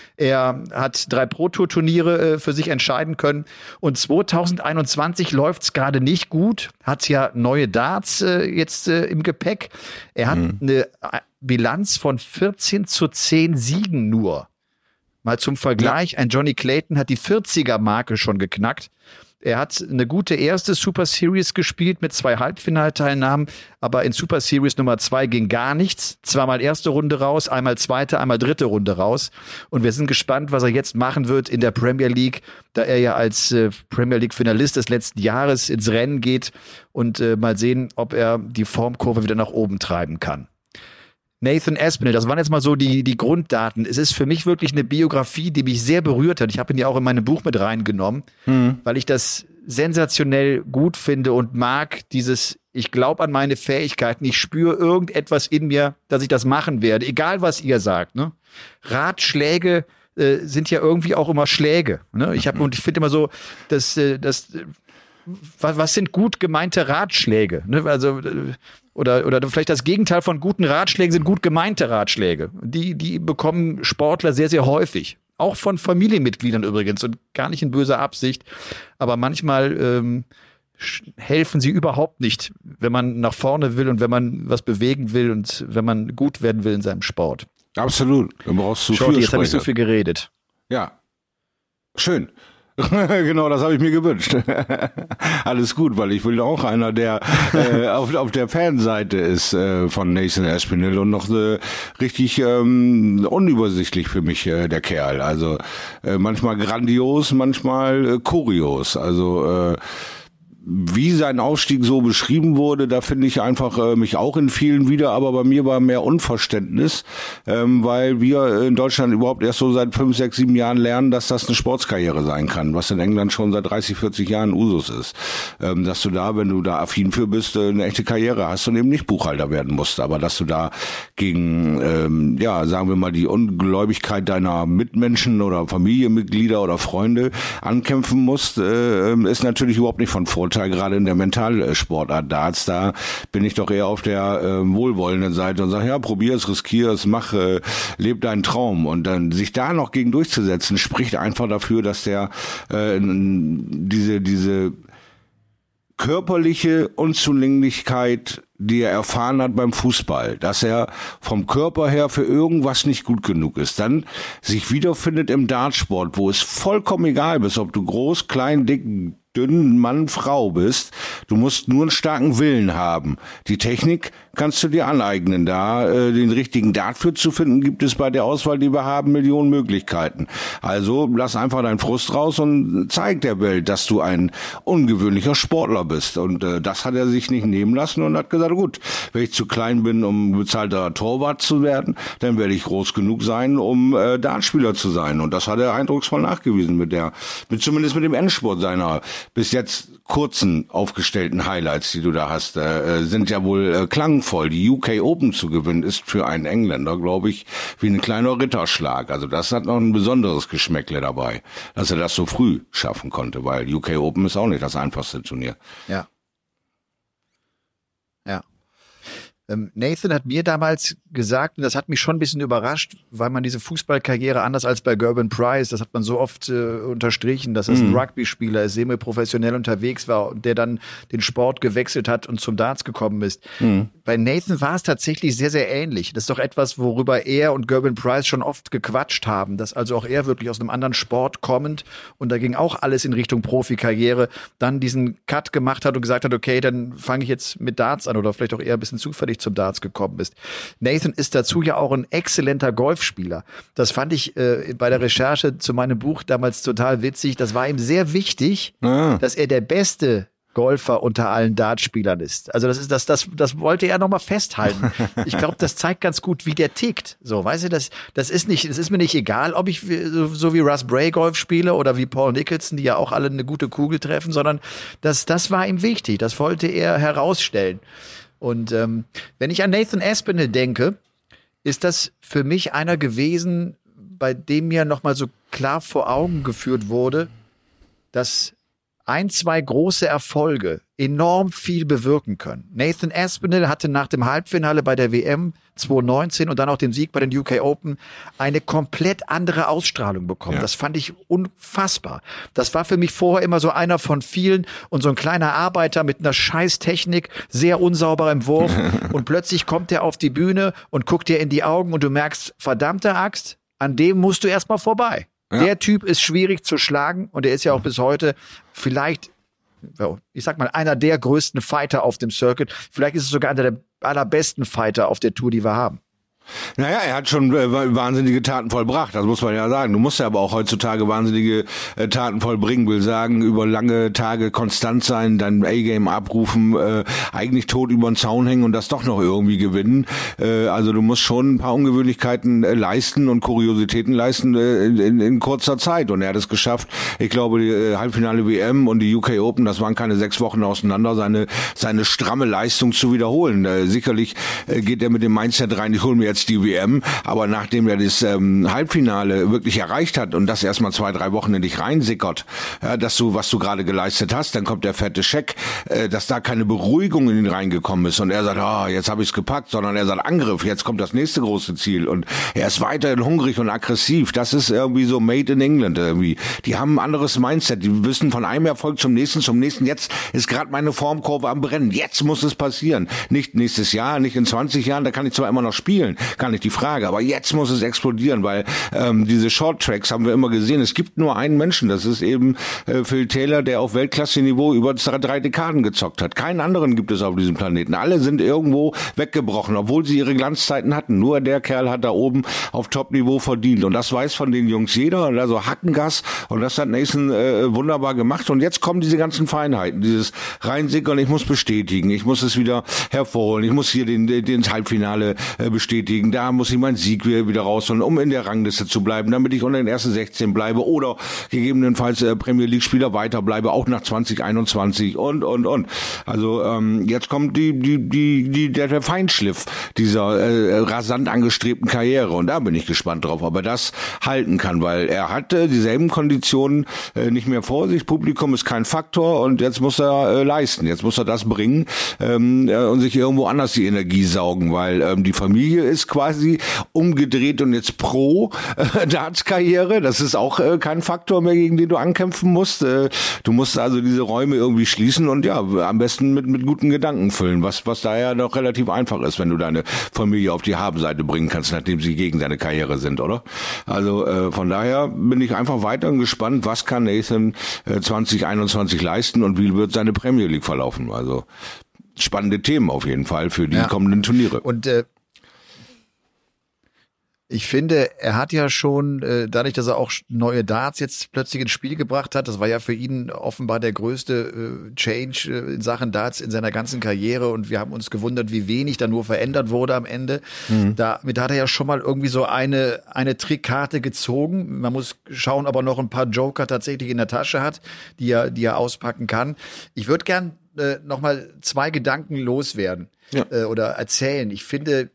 Er hat drei Pro-Tour-Turniere äh, für sich entscheiden können. Und zweitausendeinundzwanzig läuft's gerade nicht gut. Hat ja neue Darts äh, jetzt äh, im Gepäck. Er hat mhm. eine Bilanz von vierzehn zu zehn Siegen nur. Mal zum Vergleich, ja. ein Johnny Clayton hat die vierziger-Marke schon geknackt. Er hat eine gute erste Super Series gespielt mit zwei Halbfinalteilnahmen, aber in Super Series Nummer zwei ging gar nichts. Zweimal erste Runde raus, einmal zweite, einmal dritte Runde raus. Und wir sind gespannt, was er jetzt machen wird in der Premier League, da er ja als äh, Premier League Finalist des letzten Jahres ins Rennen geht und äh, mal sehen, ob er die Formkurve wieder nach oben treiben kann. Nathan Aspinall, das waren jetzt mal so die, die Grunddaten. Es ist für mich wirklich eine Biografie, die mich sehr berührt hat. Ich habe ihn ja auch in meinem Buch mit reingenommen, mhm. weil ich das sensationell gut finde und mag, dieses, ich glaube an meine Fähigkeiten, ich spüre irgendetwas in mir, dass ich das machen werde, egal was ihr sagt. Ne? Ratschläge äh, sind ja irgendwie auch immer Schläge. Ne? Ich hab, und ich finde immer so, dass, äh, dass was, was sind gut gemeinte Ratschläge? Ne? Also Oder, oder vielleicht das Gegenteil von guten Ratschlägen sind gut gemeinte Ratschläge. Die, die bekommen Sportler sehr, sehr häufig. Auch von Familienmitgliedern übrigens und gar nicht in böser Absicht. Aber manchmal ähm, helfen sie überhaupt nicht, wenn man nach vorne will und wenn man was bewegen will und wenn man gut werden will in seinem Sport. Absolut. Du brauchst zu Shorty, viel. Jetzt habe ich so viel geredet. Ja. Schön. Genau, das habe ich mir gewünscht. Alles gut, weil ich will auch einer, der äh, auf, auf der Fanseite ist äh, von Nathan Aspinall und noch äh, richtig ähm, unübersichtlich für mich, äh, der Kerl. Also äh, manchmal grandios, manchmal äh, kurios. Also äh, wie sein Aufstieg so beschrieben wurde, da finde ich einfach äh, mich auch in vielen wieder, aber bei mir war mehr Unverständnis, ähm, weil wir in Deutschland überhaupt erst so seit fünf, sechs, sieben Jahren lernen, dass das eine Sportskarriere sein kann, was in England schon seit dreißig, vierzig Jahren Usus ist. Ähm, dass du da, wenn du da affin für bist, äh, eine echte Karriere hast und eben nicht Buchhalter werden musst, aber dass du da gegen, ähm, ja, sagen wir mal, die Ungläubigkeit deiner Mitmenschen oder Familienmitglieder oder Freunde ankämpfen musst, äh, ist natürlich überhaupt nicht von Vorteil. Gerade in der Mentalsportart Darts, da bin ich doch eher auf der äh, wohlwollenden Seite und sage, ja, probier es, riskier es, mach, äh, leb deinen Traum. Und dann sich da noch gegen durchzusetzen, spricht einfach dafür, dass der äh, diese diese körperliche Unzulänglichkeit, die er erfahren hat beim Fußball, dass er vom Körper her für irgendwas nicht gut genug ist, dann sich wiederfindet im Dartsport, wo es vollkommen egal ist, ob du groß, klein, dick, dünn, Mann, Frau bist. Du musst nur einen starken Willen haben. Die Technik kannst du dir aneignen. Da äh, den richtigen Dart für zu finden, gibt es bei der Auswahl, die wir haben, Millionen Möglichkeiten. Also lass einfach deinen Frust raus und zeig der Welt, dass du ein ungewöhnlicher Sportler bist. Und äh, das hat er sich nicht nehmen lassen und hat gesagt, gut, wenn ich zu klein bin, um bezahlter Torwart zu werden, dann werde ich groß genug sein, um äh, Dartspieler zu sein. Und das hat er eindrucksvoll nachgewiesen mit der, mit zumindest mit dem Endspurt seiner bis jetzt kurzen aufgestellten Highlights, die du da hast, äh, sind ja wohl äh, klangvoll. Die U K Open zu gewinnen ist für einen Engländer, glaube ich, wie ein kleiner Ritterschlag. Also das hat noch ein besonderes Geschmäckle dabei, dass er das so früh schaffen konnte, weil U K Open ist auch nicht das einfachste Turnier. Ja. Ja. Nathan hat mir damals gesagt, und das hat mich schon ein bisschen überrascht, weil man diese Fußballkarriere anders als bei Gerben Price, das hat man so oft äh, unterstrichen, dass er mhm. ein Rugby-Spieler ist, semi-professionell unterwegs war und der dann den Sport gewechselt hat und zum Darts gekommen ist. Mhm. Bei Nathan war es tatsächlich sehr, sehr ähnlich. Das ist doch etwas, worüber er und Gerben Price schon oft gequatscht haben, dass also auch er wirklich aus einem anderen Sport kommend, und da ging auch alles in Richtung Profikarriere, dann diesen Cut gemacht hat und gesagt hat, okay, dann fange ich jetzt mit Darts an, oder vielleicht auch eher ein bisschen zufällig zum Darts gekommen ist. Nathan ist dazu ja auch ein exzellenter Golfspieler. Das fand ich äh, bei der Recherche zu meinem Buch damals total witzig. Das war ihm sehr wichtig, ah. dass er der beste Golfer unter allen Dartspielern ist. Also das ist das, das, das wollte er nochmal festhalten. Ich glaube, das zeigt ganz gut, wie der tickt. So, weißt du, das, das ist nicht, das ist mir nicht egal, ob ich so, so wie Russ Bray Golf spiele oder wie Paul Nicholson, die ja auch alle eine gute Kugel treffen, sondern das, das war ihm wichtig. Das wollte er herausstellen. Und ähm, wenn ich an Nathan Aspinall denke, ist das für mich einer gewesen, bei dem mir nochmal so klar vor Augen geführt wurde, dass ein, zwei große Erfolge enorm viel bewirken können. Nathan Aspinall hatte nach dem Halbfinale bei der W M zwanzig neunzehn und dann auch dem Sieg bei den U K Open eine komplett andere Ausstrahlung bekommen. Ja. Das fand ich unfassbar. Das war für mich vorher immer so einer von vielen und so ein kleiner Arbeiter mit einer scheiß Technik, sehr unsauber im Wurf und plötzlich kommt er auf die Bühne und guckt dir in die Augen und du merkst, verdammte Axt, an dem musst du erstmal vorbei. Ja. Der Typ ist schwierig zu schlagen und er ist ja auch bis heute vielleicht, ich sag mal, einer der größten Fighter auf dem Circuit. Vielleicht ist es sogar einer der allerbesten Fighter auf der Tour, die wir haben. Naja, er hat schon äh, wahnsinnige Taten vollbracht, das muss man ja sagen. Du musst ja aber auch heutzutage wahnsinnige äh, Taten vollbringen, will sagen, über lange Tage konstant sein, dein A-Game abrufen, äh, eigentlich tot über den Zaun hängen und das doch noch irgendwie gewinnen. Äh, also du musst schon ein paar Ungewöhnlichkeiten äh, leisten und Kuriositäten leisten äh, in, in kurzer Zeit. Und er hat es geschafft, ich glaube, die äh, Halbfinale W M und die U K Open, das waren keine sechs Wochen auseinander, seine seine stramme Leistung zu wiederholen. Äh, sicherlich äh, geht er mit dem Mindset rein, ich hole mir jetzt die W M, aber nachdem er das ähm, Halbfinale wirklich erreicht hat und das erstmal zwei, drei Wochen in dich reinsickert, ja, dass du, was du gerade geleistet hast, dann kommt der fette Scheck, äh, dass da keine Beruhigung in ihn reingekommen ist und er sagt, ah, oh, jetzt habe ich es gepackt, sondern er sagt, Angriff, jetzt kommt das nächste große Ziel und er ist weiterhin hungrig und aggressiv. Das ist irgendwie so made in England irgendwie. Die haben ein anderes Mindset, die wissen von einem Erfolg zum nächsten, zum nächsten, jetzt ist gerade meine Formkurve am Brennen, jetzt muss es passieren. Nicht nächstes Jahr, nicht in zwanzig Jahren, da kann ich zwar immer noch spielen, gar nicht die Frage. Aber jetzt muss es explodieren, weil ähm, diese Short-Tracks haben wir immer gesehen. Es gibt nur einen Menschen, das ist eben äh, Phil Taylor, der auf Weltklasse-Niveau über drei Dekaden gezockt hat. Keinen anderen gibt es auf diesem Planeten. Alle sind irgendwo weggebrochen, obwohl sie ihre Glanzzeiten hatten. Nur der Kerl hat da oben auf Top-Niveau verdient. Und das weiß von den Jungs jeder. Also Hackengas. Und das hat Nathan äh, wunderbar gemacht. Und jetzt kommen diese ganzen Feinheiten. Dieses Reinsickern, ich muss bestätigen. Ich muss es wieder hervorholen. Ich muss hier den, den, den Halbfinale äh, bestätigen. Da muss ich meinen Sieg wieder, wieder rausholen, um in der Rangliste zu bleiben, damit ich unter den ersten sechzehn bleibe oder gegebenenfalls äh, Premier League Spieler weiterbleibe, auch nach zwanzig einundzwanzig und, und, und. Also ähm, jetzt kommt die, die, die, die, der, der Feinschliff dieser äh, rasant angestrebten Karriere und da bin ich gespannt drauf, ob er das halten kann, weil er hatte dieselben Konditionen äh, nicht mehr vor sich. Publikum ist kein Faktor und jetzt muss er äh, leisten. Jetzt muss er das bringen ähm, äh, und sich irgendwo anders die Energie saugen, weil ähm, die Familie ist quasi umgedreht und jetzt pro äh, Darts-Karriere. Das ist auch äh, kein Faktor mehr, gegen den du ankämpfen musst. Äh, du musst also diese Räume irgendwie schließen und ja, am besten mit mit guten Gedanken füllen, was was da ja noch relativ einfach ist, wenn du deine Familie auf die Habenseite bringen kannst, nachdem sie gegen deine Karriere sind, oder? Also äh, von daher bin ich einfach weiterhin gespannt, was kann Nathan äh, zwanzig einundzwanzig leisten und wie wird seine Premier League verlaufen. Also spannende Themen auf jeden Fall für die ja. kommenden Turniere. Und äh, ich finde, er hat ja schon, äh, dadurch, dass er auch neue Darts jetzt plötzlich ins Spiel gebracht hat, das war ja für ihn offenbar der größte äh, Change äh, in Sachen Darts in seiner ganzen Karriere und wir haben uns gewundert, wie wenig da nur verändert wurde am Ende. Mhm. Damit hat er ja schon mal irgendwie so eine eine Trickkarte gezogen. Man muss schauen, ob er noch ein paar Joker tatsächlich in der Tasche hat, die er, die er auspacken kann. Ich würde gern äh, noch mal zwei Gedanken loswerden ja. äh, oder erzählen. Ich finde,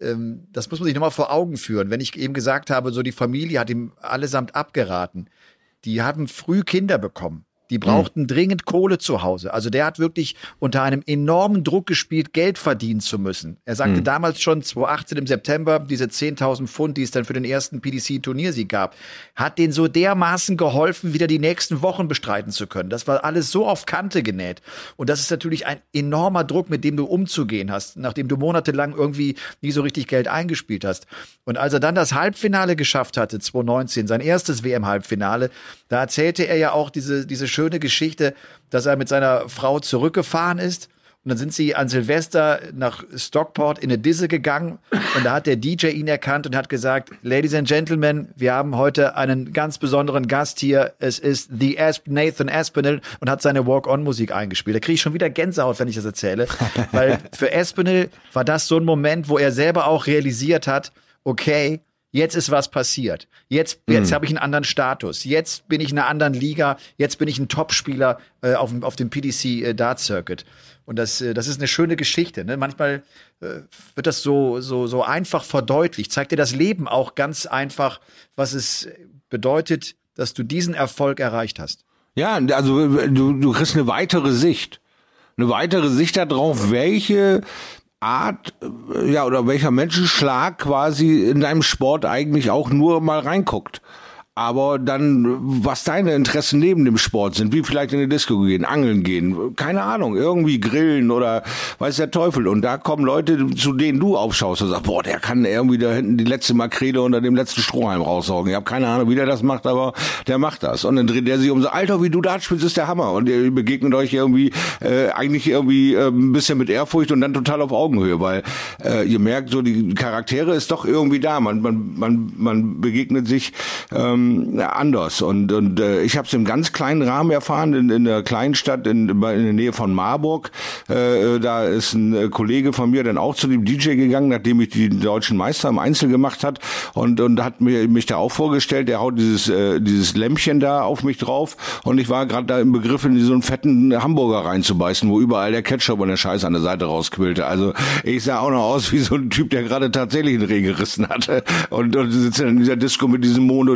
das muss man sich nochmal vor Augen führen. Wenn ich eben gesagt habe, so die Familie hat ihm allesamt abgeraten. Die haben früh Kinder bekommen. Die brauchten mhm. dringend Kohle zu Hause. Also der hat wirklich unter einem enormen Druck gespielt, Geld verdienen zu müssen. Er sagte mhm. damals schon, zweitausendachtzehn im September, diese zehntausend Pfund, die es dann für den ersten P D C-Turniersieg gab, hat denen so dermaßen geholfen, wieder die nächsten Wochen bestreiten zu können. Das war alles so auf Kante genäht. Und das ist natürlich ein enormer Druck, mit dem du umzugehen hast, nachdem du monatelang irgendwie nie so richtig Geld eingespielt hast. Und als er dann das Halbfinale geschafft hatte, zwanzig neunzehn, sein erstes W M-Halbfinale, da erzählte er ja auch diese, diese schöne Geschichte, dass er mit seiner Frau zurückgefahren ist und dann sind sie an Silvester nach Stockport in eine Disse gegangen und da hat der D J ihn erkannt und hat gesagt, Ladies and Gentlemen, wir haben heute einen ganz besonderen Gast hier, es ist The Asp- Nathan Aspinall und hat seine Walk-On-Musik eingespielt. Da kriege ich schon wieder Gänsehaut, wenn ich das erzähle, weil für Aspinall war das so ein Moment, wo er selber auch realisiert hat, okay, jetzt ist was passiert. Jetzt, jetzt mhm. habe ich einen anderen Status. Jetzt bin ich in einer anderen Liga. Jetzt bin ich ein Topspieler äh, auf, auf dem P D C äh, Dart Circuit. Und das, äh, das ist eine schöne Geschichte. Ne? Manchmal äh, wird das so, so, so einfach verdeutlicht. Zeigt dir das Leben auch ganz einfach, was es bedeutet, dass du diesen Erfolg erreicht hast. Ja, also du, du kriegst eine weitere Sicht. Eine weitere Sicht darauf, welche Art, ja, oder welcher Menschenschlag quasi in deinem Sport eigentlich auch nur mal reinguckt. Aber dann, was deine Interessen neben dem Sport sind, wie vielleicht in die Disco gehen, angeln gehen, keine Ahnung, irgendwie grillen oder weiß der Teufel. Und da kommen Leute, zu denen du aufschaust und sagst, boah, der kann irgendwie da hinten die letzte Makrele unter dem letzten Strohhalm raussaugen. Ich habe keine Ahnung, wie der das macht, aber der macht das. Und dann dreht der sich um so, Alter, wie du Dart spielst, ist der Hammer. Und ihr begegnet euch irgendwie äh, eigentlich irgendwie äh, ein bisschen mit Ehrfurcht und dann total auf Augenhöhe, weil äh, ihr merkt, so die Charaktere ist doch irgendwie da. Man man man man begegnet sich ähm, anders und und äh, ich habe es im ganz kleinen Rahmen erfahren in, in der kleinen Stadt in, in der Nähe von Marburg. Äh, da ist ein äh, Kollege von mir dann auch zu dem D J gegangen, nachdem ich die deutschen Meister im Einzel gemacht hat und und hat mir mich da auch vorgestellt. Der haut dieses äh, dieses Lämpchen da auf mich drauf und ich war gerade da im Begriff, in so einen fetten Hamburger reinzubeißen, wo überall der Ketchup und der Scheiß an der Seite rausquillte. Also ich sah auch noch aus wie so ein Typ, der gerade tatsächlich einen Reh gerissen hatte und und sitzt in dieser Disco mit diesem Monolichtkegel.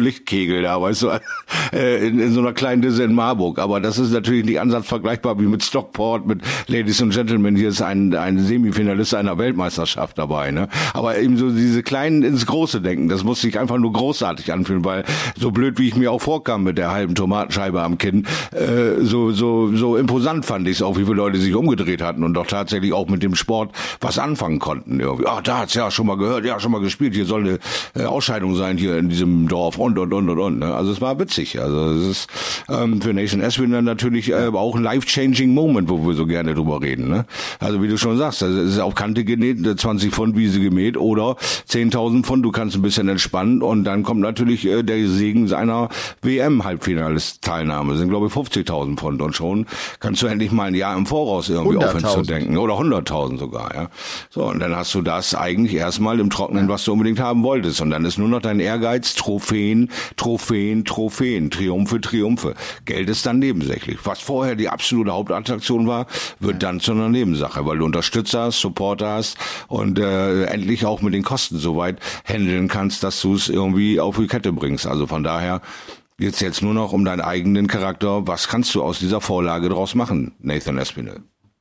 Pegel da, weißt du, äh, in, in so einer kleinen Disse in Marburg. Aber das ist natürlich nicht ansatzvergleichbar wie mit Stockport, mit Ladies and Gentlemen. Hier ist ein, ein Semifinalist einer Weltmeisterschaft dabei, ne? Aber eben so diese kleinen ins Große denken, das muss sich einfach nur großartig anfühlen, weil so blöd, wie ich mir auch vorkam mit der halben Tomatenscheibe am Kinn, äh, so, so, so imposant fand ich es auch, wie viele Leute sich umgedreht hatten und doch tatsächlich auch mit dem Sport was anfangen konnten. Irgendwie. Ach, da hat's ja schon mal gehört, ja, schon mal gespielt, hier soll eine äh, Ausscheidung sein hier in diesem Dorf und, und, und, und, und. Ne? Also es war witzig. Also es ist ähm, für Nathan Aspinall natürlich äh, auch ein life-changing Moment, wo wir so gerne drüber reden. Ne? Also wie du schon sagst, das ist auf Kante genäht, zwanzig Pfund Wiese gemäht oder zehntausend Pfund, du kannst ein bisschen entspannen und dann kommt natürlich äh, der Segen seiner W M-Halbfinalist-Teilnahme, sind glaube ich fünfzigtausend Pfund und schon kannst du endlich mal ein Jahr im Voraus irgendwie aufhören zu denken oder hunderttausend sogar. Ja. So, und dann hast du das eigentlich erstmal im Trockenen, was du unbedingt haben wolltest und dann ist nur noch dein Ehrgeiz, Trophäen, Trophäen, Trophäen, Triumphe, Triumphe. Geld ist dann nebensächlich. Was vorher die absolute Hauptattraktion war, wird dann zu einer Nebensache, weil du Unterstützer hast, Supporter hast und äh, endlich auch mit den Kosten so weit handeln kannst, dass du es irgendwie auf die Kette bringst. Also von daher geht's jetzt nur noch um deinen eigenen Charakter. Was kannst du aus dieser Vorlage draus machen, Nathan Aspinall?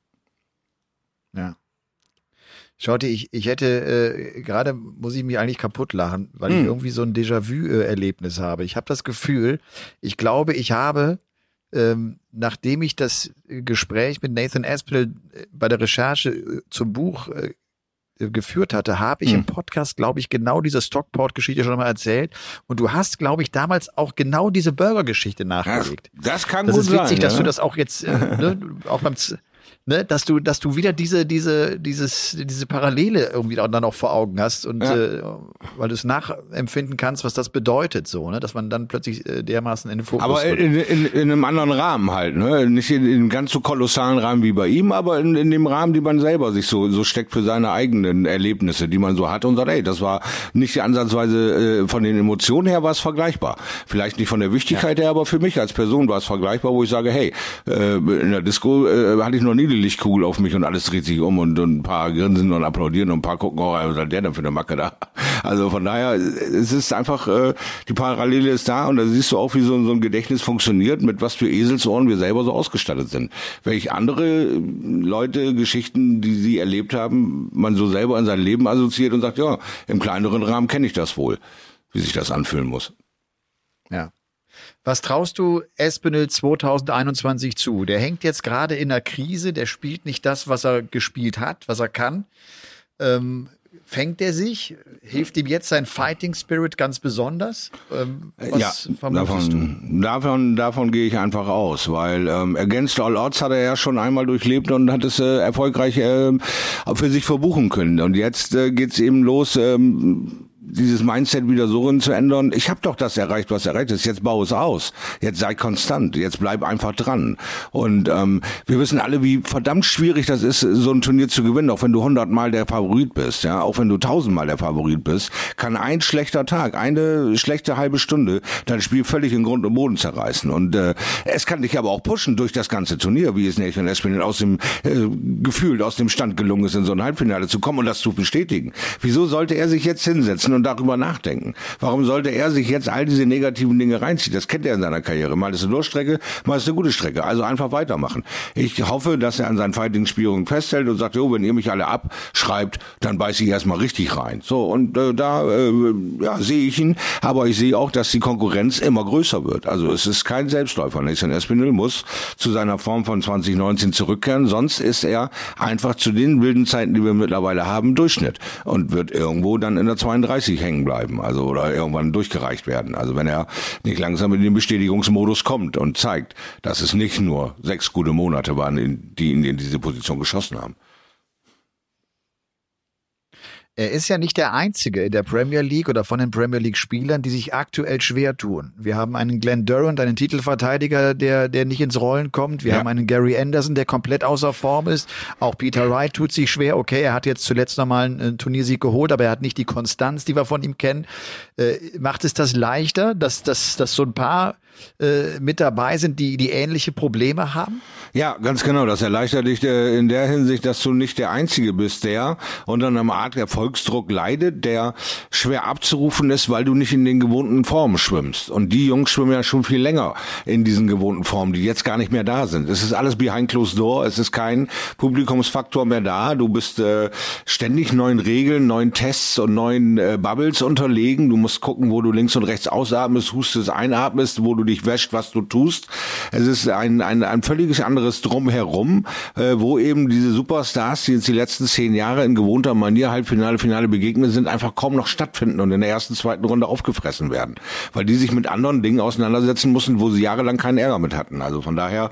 Ja. Schaute, ich, ich hätte, äh, gerade muss ich mich eigentlich kaputt lachen, weil hm. ich irgendwie so ein Déjà-vu-Erlebnis habe. Ich habe das Gefühl, ich glaube, ich habe, ähm, nachdem ich das Gespräch mit Nathan Aspinall bei der Recherche zum Buch äh, geführt hatte, habe ich hm. im Podcast, glaube ich, genau diese Stockport-Geschichte schon mal erzählt. Und du hast, glaube ich, damals auch genau diese Burger-Geschichte nachgelegt. Das, das kann das gut ist witzig, sein, dass ja? du das auch jetzt, äh, ne, auch beim Z- Ne, dass du, dass du wieder diese, diese, dieses, diese Parallele irgendwie dann auch vor Augen hast und ja. äh, weil du es nachempfinden kannst, was das bedeutet, so, ne, dass man dann plötzlich äh, dermaßen in den Fokus Aber in, in, in einem anderen Rahmen halt, ne, nicht in, in einem ganz so kolossalen Rahmen wie bei ihm, aber in, in dem Rahmen, die man selber sich so, so steckt für seine eigenen Erlebnisse, die man so hat und sagt, ey, das war nicht ansatzweise äh, von den Emotionen her war es vergleichbar. Vielleicht nicht von der Wichtigkeit ja. her, aber für mich als Person war es vergleichbar, wo ich sage, hey, äh, in der Disco äh, hatte ich noch nie die Lichtkugel auf mich und alles dreht sich um und, und ein paar grinsen und applaudieren und ein paar gucken, oh, was hat der denn für eine Macke da? Also von daher, es ist einfach, äh, die Parallele ist da und da siehst du auch, wie so, so ein Gedächtnis funktioniert, mit was für Eselsohren wir selber so ausgestattet sind. Welche andere Leute, Geschichten, die sie erlebt haben, man so selber in sein Leben assoziiert und sagt, ja, im kleineren Rahmen kenne ich das wohl, wie sich das anfühlen muss. Ja. Was traust du Aspinall zwanzig einundzwanzig zu? Der hängt jetzt gerade in der Krise, der spielt nicht das, was er gespielt hat, was er kann. Ähm, fängt er sich? Hilft ihm jetzt sein Fighting Spirit ganz besonders? Ähm, was ja, vermutest davon, du? davon, davon gehe ich einfach aus, weil ähm, Against All Odds hat er ja schon einmal durchlebt und hat es äh, erfolgreich äh, für sich verbuchen können. Und jetzt äh, geht's eben los, ähm, dieses Mindset wieder so zu ändern. Ich habe doch das erreicht, was erreicht ist. Jetzt baue es aus. Jetzt sei konstant. Jetzt bleib einfach dran. Und ähm, wir wissen alle, wie verdammt schwierig das ist, so ein Turnier zu gewinnen. Auch wenn du hundertmal der Favorit bist, ja, auch wenn du tausendmal der Favorit bist, kann ein schlechter Tag, eine schlechte halbe Stunde dein Spiel völlig in Grund und Boden zerreißen. Und äh, es kann dich aber auch pushen durch das ganze Turnier, wie es Nathan Aspinall aus dem äh, Gefühl, aus dem Stand gelungen ist, in so ein Halbfinale zu kommen und das zu bestätigen. Wieso sollte er sich jetzt hinsetzen und darüber nachdenken? Warum sollte er sich jetzt all diese negativen Dinge reinziehen? Das kennt er in seiner Karriere. Mal ist eine Durchstrecke, mal ist eine gute Strecke. Also einfach weitermachen. Ich hoffe, dass er an seinen Fighting-Spielungen festhält und sagt, jo, wenn ihr mich alle abschreibt, dann beiße ich erstmal richtig rein. So, und äh, da äh, ja, sehe ich ihn, aber ich sehe auch, dass die Konkurrenz immer größer wird. Also es ist kein Selbstläufer. Nathan Aspinall muss zu seiner Form von zwanzig neunzehn zurückkehren, sonst ist er einfach zu den wilden Zeiten, die wir mittlerweile haben, Durchschnitt und wird irgendwo dann in der zweiunddreißig hängen bleiben, also oder irgendwann durchgereicht werden. Also wenn er nicht langsam in den Bestätigungsmodus kommt und zeigt, dass es nicht nur sechs gute Monate waren, die ihn in diese Position geschossen haben. Er ist ja nicht der Einzige in der Premier League oder von den Premier League-Spielern, die sich aktuell schwer tun. Wir haben einen Glenn Durant, einen Titelverteidiger, der der nicht ins Rollen kommt. Wir ja. haben einen Gary Anderson, der komplett außer Form ist. Auch Peter Wright tut sich schwer. Okay, er hat jetzt zuletzt nochmal einen Turniersieg geholt, aber er hat nicht die Konstanz, die wir von ihm kennen. Äh, macht es das leichter, dass, dass, dass so ein paar äh, mit dabei sind, die die ähnliche Probleme haben? Ja, ganz genau. Das erleichtert dich in der Hinsicht, dass du nicht der Einzige bist, der unter einem Art Erfolg Erfolgsdruck leidet, der schwer abzurufen ist, weil du nicht in den gewohnten Formen schwimmst. Und die Jungs schwimmen ja schon viel länger in diesen gewohnten Formen, die jetzt gar nicht mehr da sind. Es ist alles behind closed door, es ist kein Publikumsfaktor mehr da. Du bist äh, ständig neuen Regeln, neuen Tests und neuen äh, Bubbles unterlegen. Du musst gucken, wo du links und rechts ausatmest, hustest, einatmest, wo du dich wäscht, was du tust. Es ist ein ein, ein völlig anderes Drumherum, äh, wo eben diese Superstars, die jetzt die letzten zehn Jahre in gewohnter Manier Halbfinale, Finale begegnet sind, einfach kaum noch stattfinden und in der ersten, zweiten Runde aufgefressen werden. Weil die sich mit anderen Dingen auseinandersetzen mussten, wo sie jahrelang keinen Ärger mit hatten. Also von daher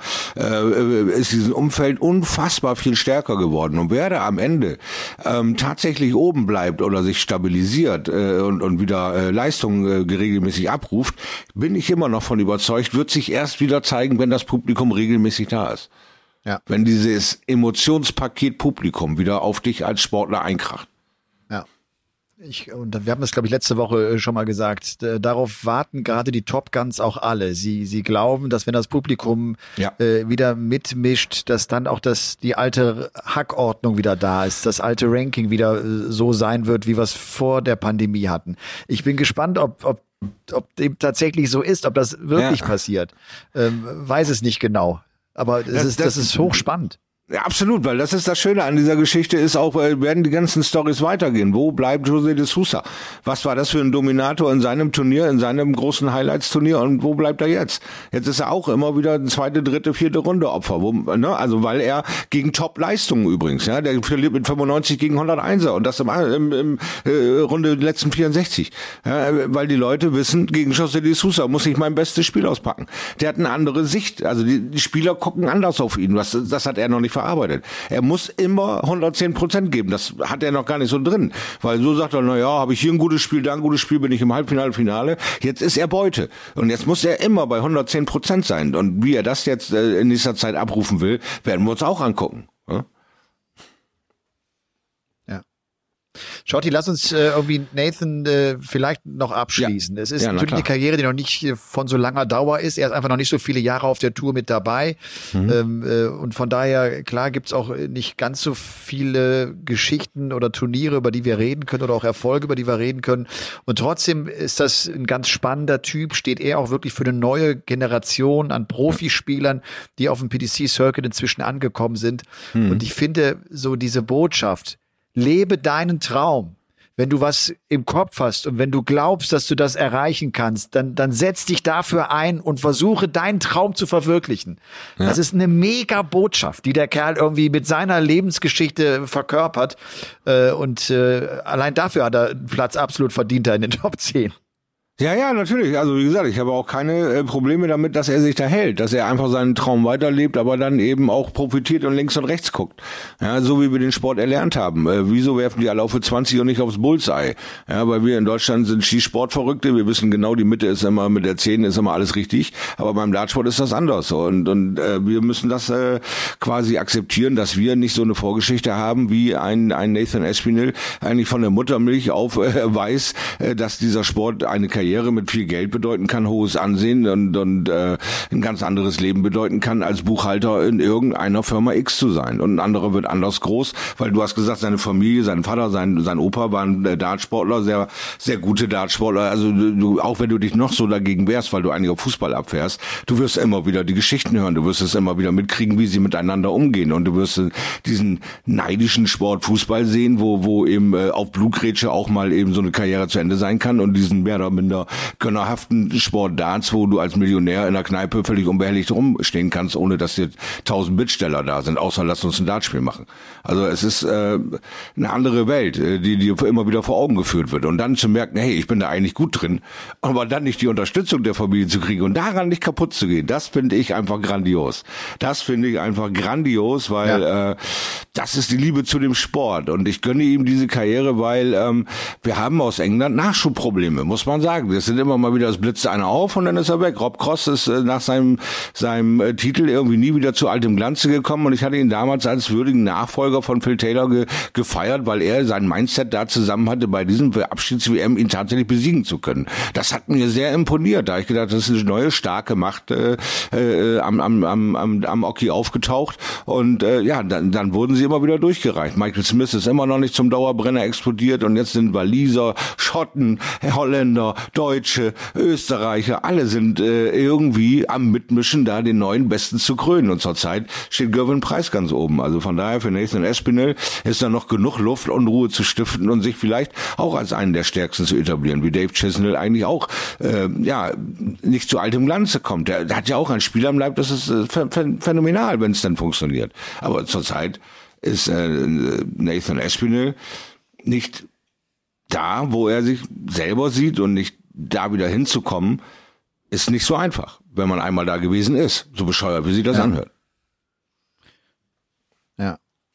äh, ist dieses Umfeld unfassbar viel stärker geworden. Und wer da am Ende ähm, tatsächlich oben bleibt oder sich stabilisiert äh, und, und wieder äh, Leistung äh, regelmäßig abruft, bin ich immer noch von überzeugt, wird sich erst wieder zeigen, wenn das Publikum regelmäßig da ist. Ja. Wenn dieses Emotionspaket Publikum wieder auf dich als Sportler einkracht. Ja. Ich, und wir haben das, glaube ich, letzte Woche schon mal gesagt. Darauf warten gerade die Top Guns auch alle. Sie, sie glauben, dass wenn das Publikum ja. äh, wieder mitmischt, dass dann auch das, die alte Hackordnung wieder da ist, das alte Ranking wieder äh, so sein wird, wie wir es vor der Pandemie hatten. Ich bin gespannt, ob, ob, ob dem tatsächlich so ist, ob das wirklich ja. passiert. Ähm, weiß es nicht genau. Aber das, das, ist, das ist hochspannend. Ja, absolut, weil das ist das Schöne an dieser Geschichte, ist auch, werden die ganzen Storys weitergehen. Wo bleibt José de Sousa? Was war das für ein Dominator in seinem Turnier, in seinem großen Highlights-Turnier und wo bleibt er jetzt? Jetzt ist er auch immer wieder eine zweite, dritte, vierte Runde Opfer. Wo, ne? Also weil er gegen Top-Leistungen übrigens, ja, der verliert mit fünfundneunzig gegen hunderteinser und das im, im, im äh, Runde letzten vierundsechzig. Ja, weil die Leute wissen, gegen José de Sousa muss ich mein bestes Spiel auspacken. Der hat eine andere Sicht. Also die, die Spieler gucken anders auf ihn. Was, das hat er noch nicht verarbeitet. Er muss immer hundertzehn Prozent geben. Das hat er noch gar nicht so drin. Weil so sagt er, na ja, habe ich hier ein gutes Spiel, da ein gutes Spiel, bin ich im Halbfinale, Finale. Jetzt ist er Beute. Und jetzt muss er immer bei hundertzehn Prozent sein. Und wie er das jetzt in nächster Zeit abrufen will, werden wir uns auch angucken. Ja? Schotti, lass uns äh, irgendwie Nathan äh, vielleicht noch abschließen. Ja. Es ist ja, natürlich eine Karriere, die noch nicht von so langer Dauer ist. Er ist einfach noch nicht so viele Jahre auf der Tour mit dabei. Mhm. Ähm, äh, und von daher, klar, gibt's auch nicht ganz so viele Geschichten oder Turniere, über die wir reden können oder auch Erfolge, über die wir reden können. Und trotzdem ist das ein ganz spannender Typ, steht er auch wirklich für eine neue Generation an Profispielern, die auf dem P D C-Circuit inzwischen angekommen sind. Mhm. Und ich finde, so diese Botschaft, lebe deinen Traum. Wenn du was im Kopf hast und wenn du glaubst, dass du das erreichen kannst, dann, dann setz dich dafür ein und versuche, deinen Traum zu verwirklichen. Ja. Das ist eine mega Botschaft, die der Kerl irgendwie mit seiner Lebensgeschichte verkörpert. Und allein dafür hat er einen Platz absolut verdient in den Top zehn. Ja, ja, natürlich. Also wie gesagt, ich habe auch keine äh, Probleme damit, dass er sich da hält, dass er einfach seinen Traum weiterlebt, aber dann eben auch profitiert und links und rechts guckt. Ja, so wie wir den Sport erlernt haben. Äh, wieso werfen die alle auf zwanzig und nicht aufs Bullseye? Ja, weil wir in Deutschland sind Skisportverrückte. Wir wissen genau, die Mitte ist immer, mit der zehn ist immer alles richtig. Aber beim Dartsport ist das anders. Und, und äh, wir müssen das äh, quasi akzeptieren, dass wir nicht so eine Vorgeschichte haben, wie ein, ein Nathan Aspinall eigentlich von der Muttermilch auf äh, weiß, äh, dass dieser Sport eine Karriere mit viel Geld bedeuten kann, hohes Ansehen und, und äh, ein ganz anderes Leben bedeuten kann, als Buchhalter in irgendeiner Firma X zu sein. Und ein anderer wird anders groß, weil du hast gesagt, seine Familie, sein Vater, sein sein Opa waren äh, Dartsportler, sehr sehr gute Dartsportler. Also du, auch wenn du dich noch so dagegen wehrst, weil du eigentlich auf Fußball abfährst, du wirst immer wieder die Geschichten hören, du wirst es immer wieder mitkriegen, wie sie miteinander umgehen und du wirst diesen neidischen Sport Fußball sehen, wo wo eben äh, auf Blutgrätsche auch mal eben so eine Karriere zu Ende sein kann und diesen mehr oder minder gönnerhaften Sport Darts, wo du als Millionär in der Kneipe völlig unbehelligt rumstehen kannst, ohne dass dir tausend Bittsteller da sind, außer lass uns ein Dartspiel machen. Also es ist äh, eine andere Welt, die dir immer wieder vor Augen geführt wird. Und dann zu merken, hey, ich bin da eigentlich gut drin, aber dann nicht die Unterstützung der Familie zu kriegen und daran nicht kaputt zu gehen, das finde ich einfach grandios. Das finde ich einfach grandios, weil ja. äh, das ist die Liebe zu dem Sport. Und ich gönne ihm diese Karriere, weil ähm, wir haben aus England Nachschubprobleme, muss man sagen. sagen, es sind immer mal wieder, es blitzt einer auf und dann ist er weg. Rob Cross ist äh, nach seinem seinem äh, Titel irgendwie nie wieder zu altem Glanze gekommen und ich hatte ihn damals als würdigen Nachfolger von Phil Taylor ge- gefeiert, weil er sein Mindset da zusammen hatte, bei diesem Abschieds-W M ihn tatsächlich besiegen zu können. Das hat mir sehr imponiert, da ich gedacht, das ist eine neue starke Macht äh, äh, am am am am, am Oki aufgetaucht und äh, ja, dann, dann wurden sie immer wieder durchgereicht. Michael Smith ist immer noch nicht zum Dauerbrenner explodiert und jetzt sind Waliser, Schotten, Holländer, Deutsche, Österreicher, alle sind äh, irgendwie am Mitmischen, da den neuen Besten zu krönen. Und zurzeit steht Gervin Price ganz oben. Also von daher für Nathan Aspinall ist da noch genug Luft, Unruhe zu stiften und sich vielleicht auch als einen der Stärksten zu etablieren, wie Dave Chisnell eigentlich auch äh, ja nicht zu altem Glanze kommt. Der, der hat ja auch ein Spiel am Leib, das ist äh, phänomenal, wenn es dann funktioniert. Aber zurzeit ist äh, Nathan Aspinall nicht da, wo er sich selber sieht und nicht da wieder hinzukommen, ist nicht so einfach, wenn man einmal da gewesen ist. So bescheuert, wie sich das ja. anhört. Ja.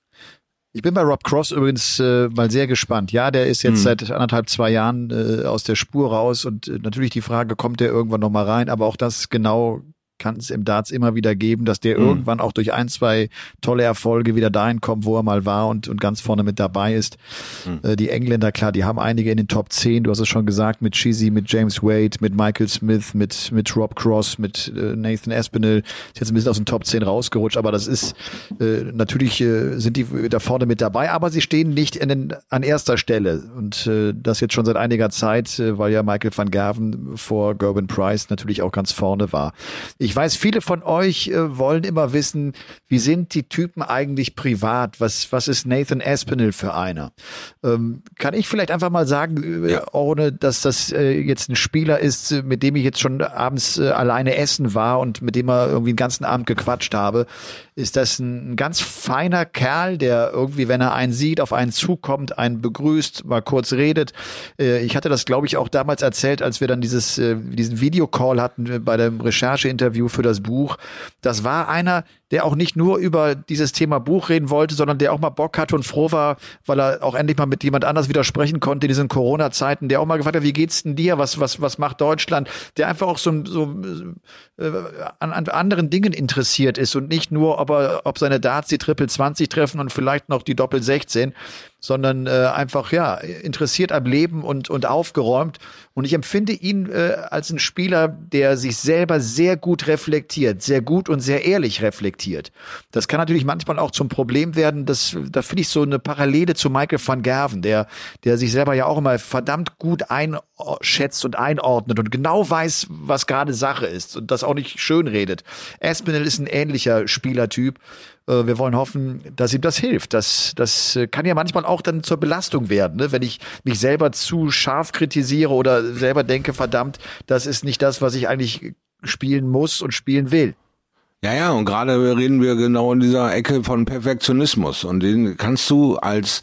Ich bin bei Rob Cross übrigens äh, mal sehr gespannt. Ja, der ist jetzt hm. seit anderthalb, zwei Jahren äh, aus der Spur raus und äh, natürlich die Frage, kommt der irgendwann noch mal rein, aber auch das genau kann es im Darts immer wieder geben, dass der mhm. irgendwann auch durch ein, zwei tolle Erfolge wieder dahin kommt, wo er mal war und, und ganz vorne mit dabei ist. Mhm. Äh, die Engländer, klar, die haben einige in den Top zehn, du hast es schon gesagt, mit Chizzy, mit James Wade, mit Michael Smith, mit mit Rob Cross, mit äh, Nathan Aspinall, ist jetzt ein bisschen aus den Top zehn rausgerutscht, aber das ist, äh, natürlich äh, sind die da vorne mit dabei, aber sie stehen nicht in den, an erster Stelle und äh, das jetzt schon seit einiger Zeit, äh, weil ja Michael van Gerwen vor Gervin Price natürlich auch ganz vorne war. Ich weiß, viele von euch äh, wollen immer wissen, wie sind die Typen eigentlich privat? Was, was ist Nathan Aspinall für einer? Ähm, kann ich vielleicht einfach mal sagen, äh, ja. ohne dass das äh, jetzt ein Spieler ist, äh, mit dem ich jetzt schon abends äh, alleine essen war und mit dem er irgendwie den ganzen Abend gequatscht habe, ist das ein, ein ganz feiner Kerl, der irgendwie, wenn er einen sieht, auf einen zukommt, einen begrüßt, mal kurz redet. Äh, ich hatte das, glaube ich, auch damals erzählt, als wir dann dieses, äh, diesen Videocall hatten äh, bei dem Rechercheinterview für das Buch. Das war einer, der auch nicht nur über dieses Thema Buch reden wollte, sondern der auch mal Bock hatte und froh war, weil er auch endlich mal mit jemand anders wieder sprechen konnte in diesen Corona-Zeiten, der auch mal gefragt hat, wie geht's denn dir? Was, was, was macht Deutschland? Der einfach auch so, so äh, an, an anderen Dingen interessiert ist und nicht nur, ob er, ob seine Darts die Triple zwanzig treffen und vielleicht noch die Doppel sechzehn, sondern äh, einfach, ja, interessiert am Leben und, und aufgeräumt. Und ich empfinde ihn äh, als einen Spieler, der sich selber sehr gut reflektiert, sehr gut und sehr ehrlich reflektiert. Das kann natürlich manchmal auch zum Problem werden, dass, da finde ich so eine Parallele zu Michael van Gerwen, der, der sich selber ja auch immer verdammt gut einschätzt und einordnet und genau weiß, was gerade Sache ist und das auch nicht schön redet. Aspinall ist ein ähnlicher Spielertyp. Wir wollen hoffen, dass ihm das hilft. Das, das kann ja manchmal auch dann zur Belastung werden, ne? Wenn ich mich selber zu scharf kritisiere oder selber denke, verdammt, das ist nicht das, was ich eigentlich spielen muss und spielen will. Ja, ja, und gerade reden wir genau in dieser Ecke von Perfektionismus und den kannst du als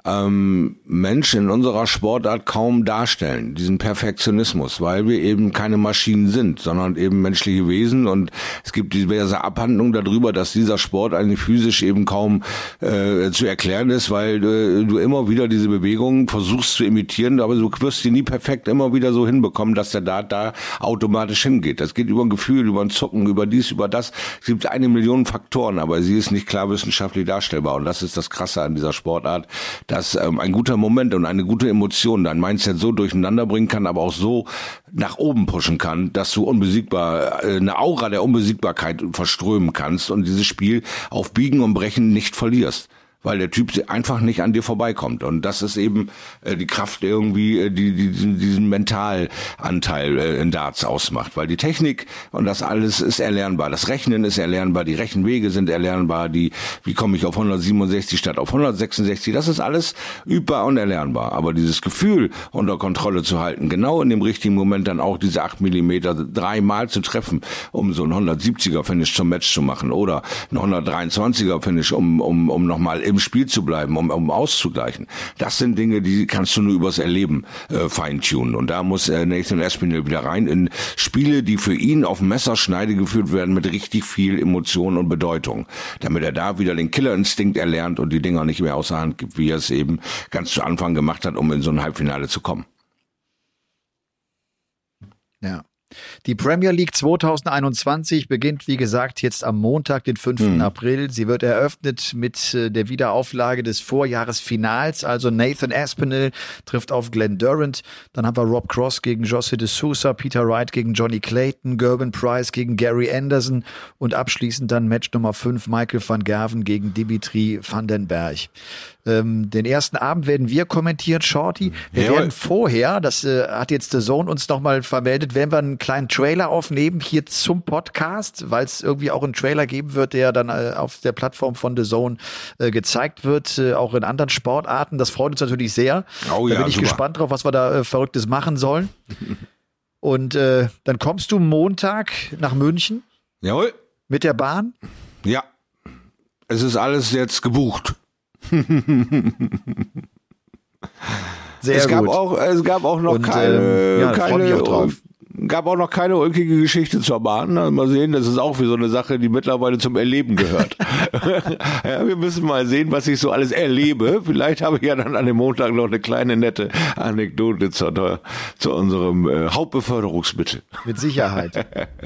ähm, Mensch in unserer Sportart kaum darstellen, diesen Perfektionismus, weil wir eben keine Maschinen sind, sondern eben menschliche Wesen und es gibt diverse Abhandlungen darüber, dass dieser Sport eigentlich physisch eben kaum äh, zu erklären ist, weil äh, du immer wieder diese Bewegungen versuchst zu imitieren, aber du wirst sie nie perfekt immer wieder so hinbekommen, dass der Dart da automatisch hingeht. Das geht über ein Gefühl, über ein Zucken, über dies, über das. Es gibt eine Million Faktoren, aber sie ist nicht klar wissenschaftlich darstellbar und das ist das Krasse an dieser Sportart, dass ähm, ein guter Moment und eine gute Emotion dein Mindset so durcheinander bringen kann, aber auch so nach oben pushen kann, dass du unbesiegbar, äh, eine Aura der Unbesiegbarkeit verströmen kannst und dieses Spiel auf Biegen und Brechen nicht verlierst. Weil der Typ einfach nicht an dir vorbeikommt. Und das ist eben äh, die Kraft irgendwie, äh, die, die diesen, diesen Mentalanteil äh, in Darts ausmacht. Weil die Technik und das alles ist erlernbar. Das Rechnen ist erlernbar, die Rechenwege sind erlernbar, die, wie komme ich auf hundertsiebenundsechzig statt auf hundertsechsundsechzig, das ist alles übbar und erlernbar. Aber dieses Gefühl unter Kontrolle zu halten, genau in dem richtigen Moment dann auch diese acht Millimeter dreimal zu treffen, um so einen hundertsiebziger Finish zum Match zu machen oder einen hundertdreiundzwanziger Finish, um, um, um nochmal im Spiel zu bleiben, um, um auszugleichen. Das sind Dinge, die kannst du nur übers Erleben äh, feintunen. Und da muss äh, Nathan Aspinall wieder rein in Spiele, die für ihn auf Messerschneide geführt werden mit richtig viel Emotion und Bedeutung, damit er da wieder den Killerinstinkt erlernt und die Dinger nicht mehr außer Hand gibt, wie er es eben ganz zu Anfang gemacht hat, um in so ein Halbfinale zu kommen. Die Premier League zwanzig einundzwanzig beginnt, wie gesagt, jetzt am Montag, den fünften Hm. April. Sie wird eröffnet mit äh, der Wiederauflage des Vorjahresfinals. Also Nathan Aspinall trifft auf Glenn Durant. Dann haben wir Rob Cross gegen José de Sousa, Peter Wright gegen Johnny Clayton, Gerben Price gegen Gary Anderson und abschließend dann Match Nummer fünf, Michael van Gerven gegen Dimitri van den Berg. Ähm, den ersten Abend werden wir kommentieren, Shorty. Wir Jawohl. werden vorher, das äh, hat jetzt The Zone uns nochmal vermeldet, werden wir einen kleinen Trailer aufnehmen hier zum Podcast, weil es irgendwie auch einen Trailer geben wird, der dann äh, auf der Plattform von The Zone äh, gezeigt wird, äh, auch in anderen Sportarten. Das freut uns natürlich sehr. Oh ja, da bin ich super. gespannt drauf, was wir da äh, Verrücktes machen sollen. Und äh, dann kommst du Montag nach München Jawohl. mit der Bahn. Ja. Es ist alles jetzt gebucht. Sehr es gab gut. auch, es gab auch noch Und, keine, ähm, ja, da freu mich keine, auch drauf. gab auch noch keine ulkige Geschichte zur Bahn. Also mal sehen, das ist auch wie so eine Sache, die mittlerweile zum Erleben gehört. Ja, wir müssen mal sehen, was ich so alles erlebe. Vielleicht habe ich ja dann an dem Montag noch eine kleine nette Anekdote zu, zu unserem äh, Hauptbeförderungsmittel. Mit Sicherheit.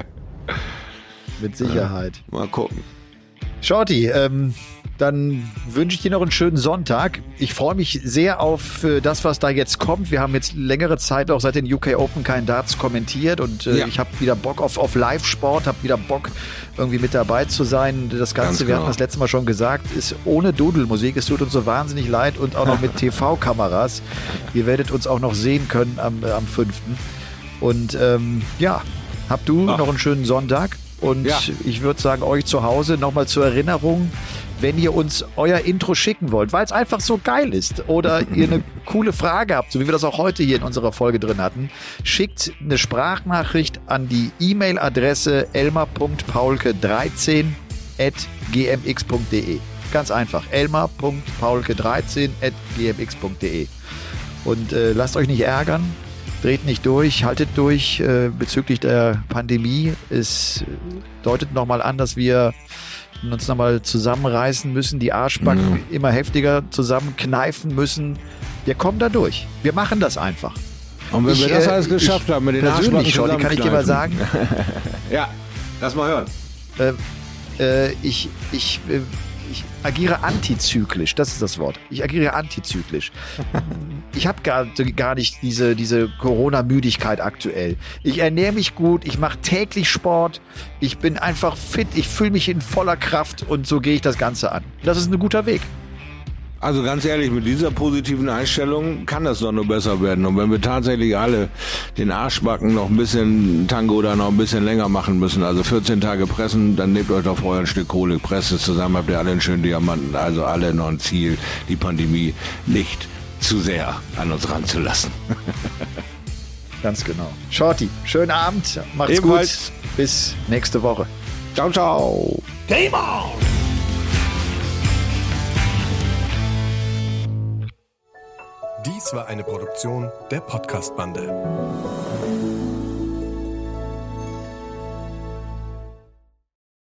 Mit Sicherheit. Mal gucken. Shorty, ähm, dann wünsche ich dir noch einen schönen Sonntag. Ich freue mich sehr auf äh, das, was da jetzt kommt. Wir haben jetzt längere Zeit auch seit den U K Open kein Darts kommentiert und äh, Ja. ich habe wieder Bock auf, auf Live-Sport, habe wieder Bock irgendwie mit dabei zu sein. Das Ganze, Ganz wir genau. hatten das letzte Mal schon gesagt, ist ohne Dudelmusik. Es tut uns so wahnsinnig leid und auch noch mit T V-Kameras. Ihr werdet uns auch noch sehen können am, äh, am fünften Und ähm, ja, habt du Ach. noch einen schönen Sonntag. Und Ja. ich würde sagen, euch zu Hause nochmal zur Erinnerung, wenn ihr uns euer Intro schicken wollt, weil es einfach so geil ist oder ihr eine coole Frage habt, so wie wir das auch heute hier in unserer Folge drin hatten, schickt eine Sprachnachricht an die E-Mail-Adresse elmar punkt paulke dreizehn at g m x punkt d e. Ganz einfach, elmar punkt paulke dreizehn at g m x punkt d e. Und äh, lasst euch nicht ärgern. Dreht nicht durch, haltet durch äh, bezüglich der Pandemie. Es äh, deutet nochmal an, dass wir uns nochmal zusammenreißen müssen, die Arschbacken Mhm. immer heftiger zusammenkneifen müssen. Wir kommen da durch. Wir machen das einfach. Und wenn Ich, wir das äh, alles geschafft ich haben mit den persönlich schon, Arschbacken kann ich dir mal sagen, zusammenkneifen. Ja, lass mal hören. äh, äh, ich, ich, äh, ich agiere antizyklisch, das ist das Wort. Ich agiere antizyklisch. Ich habe gar, gar nicht diese, diese Corona-Müdigkeit aktuell. Ich ernähre mich gut, ich mache täglich Sport, ich bin einfach fit, ich fühle mich in voller Kraft und so gehe ich das Ganze an. Das ist ein guter Weg. Also ganz ehrlich, mit dieser positiven Einstellung kann das doch nur besser werden. Und wenn wir tatsächlich alle den Arschbacken noch ein bisschen Tango oder noch ein bisschen länger machen müssen, also vierzehn Tage pressen, dann nehmt euch doch vorher ein Stück Kohle, presst es zusammen, habt ihr alle einen schönen Diamanten. Also alle noch ein Ziel, die Pandemie nicht zu sehr an uns ranzulassen. Ganz genau. Shorty, schönen Abend, macht's Ebenfalls. gut, bis nächste Woche. Ciao, ciao. Game on! Dies war eine Produktion der Podcast-Bande.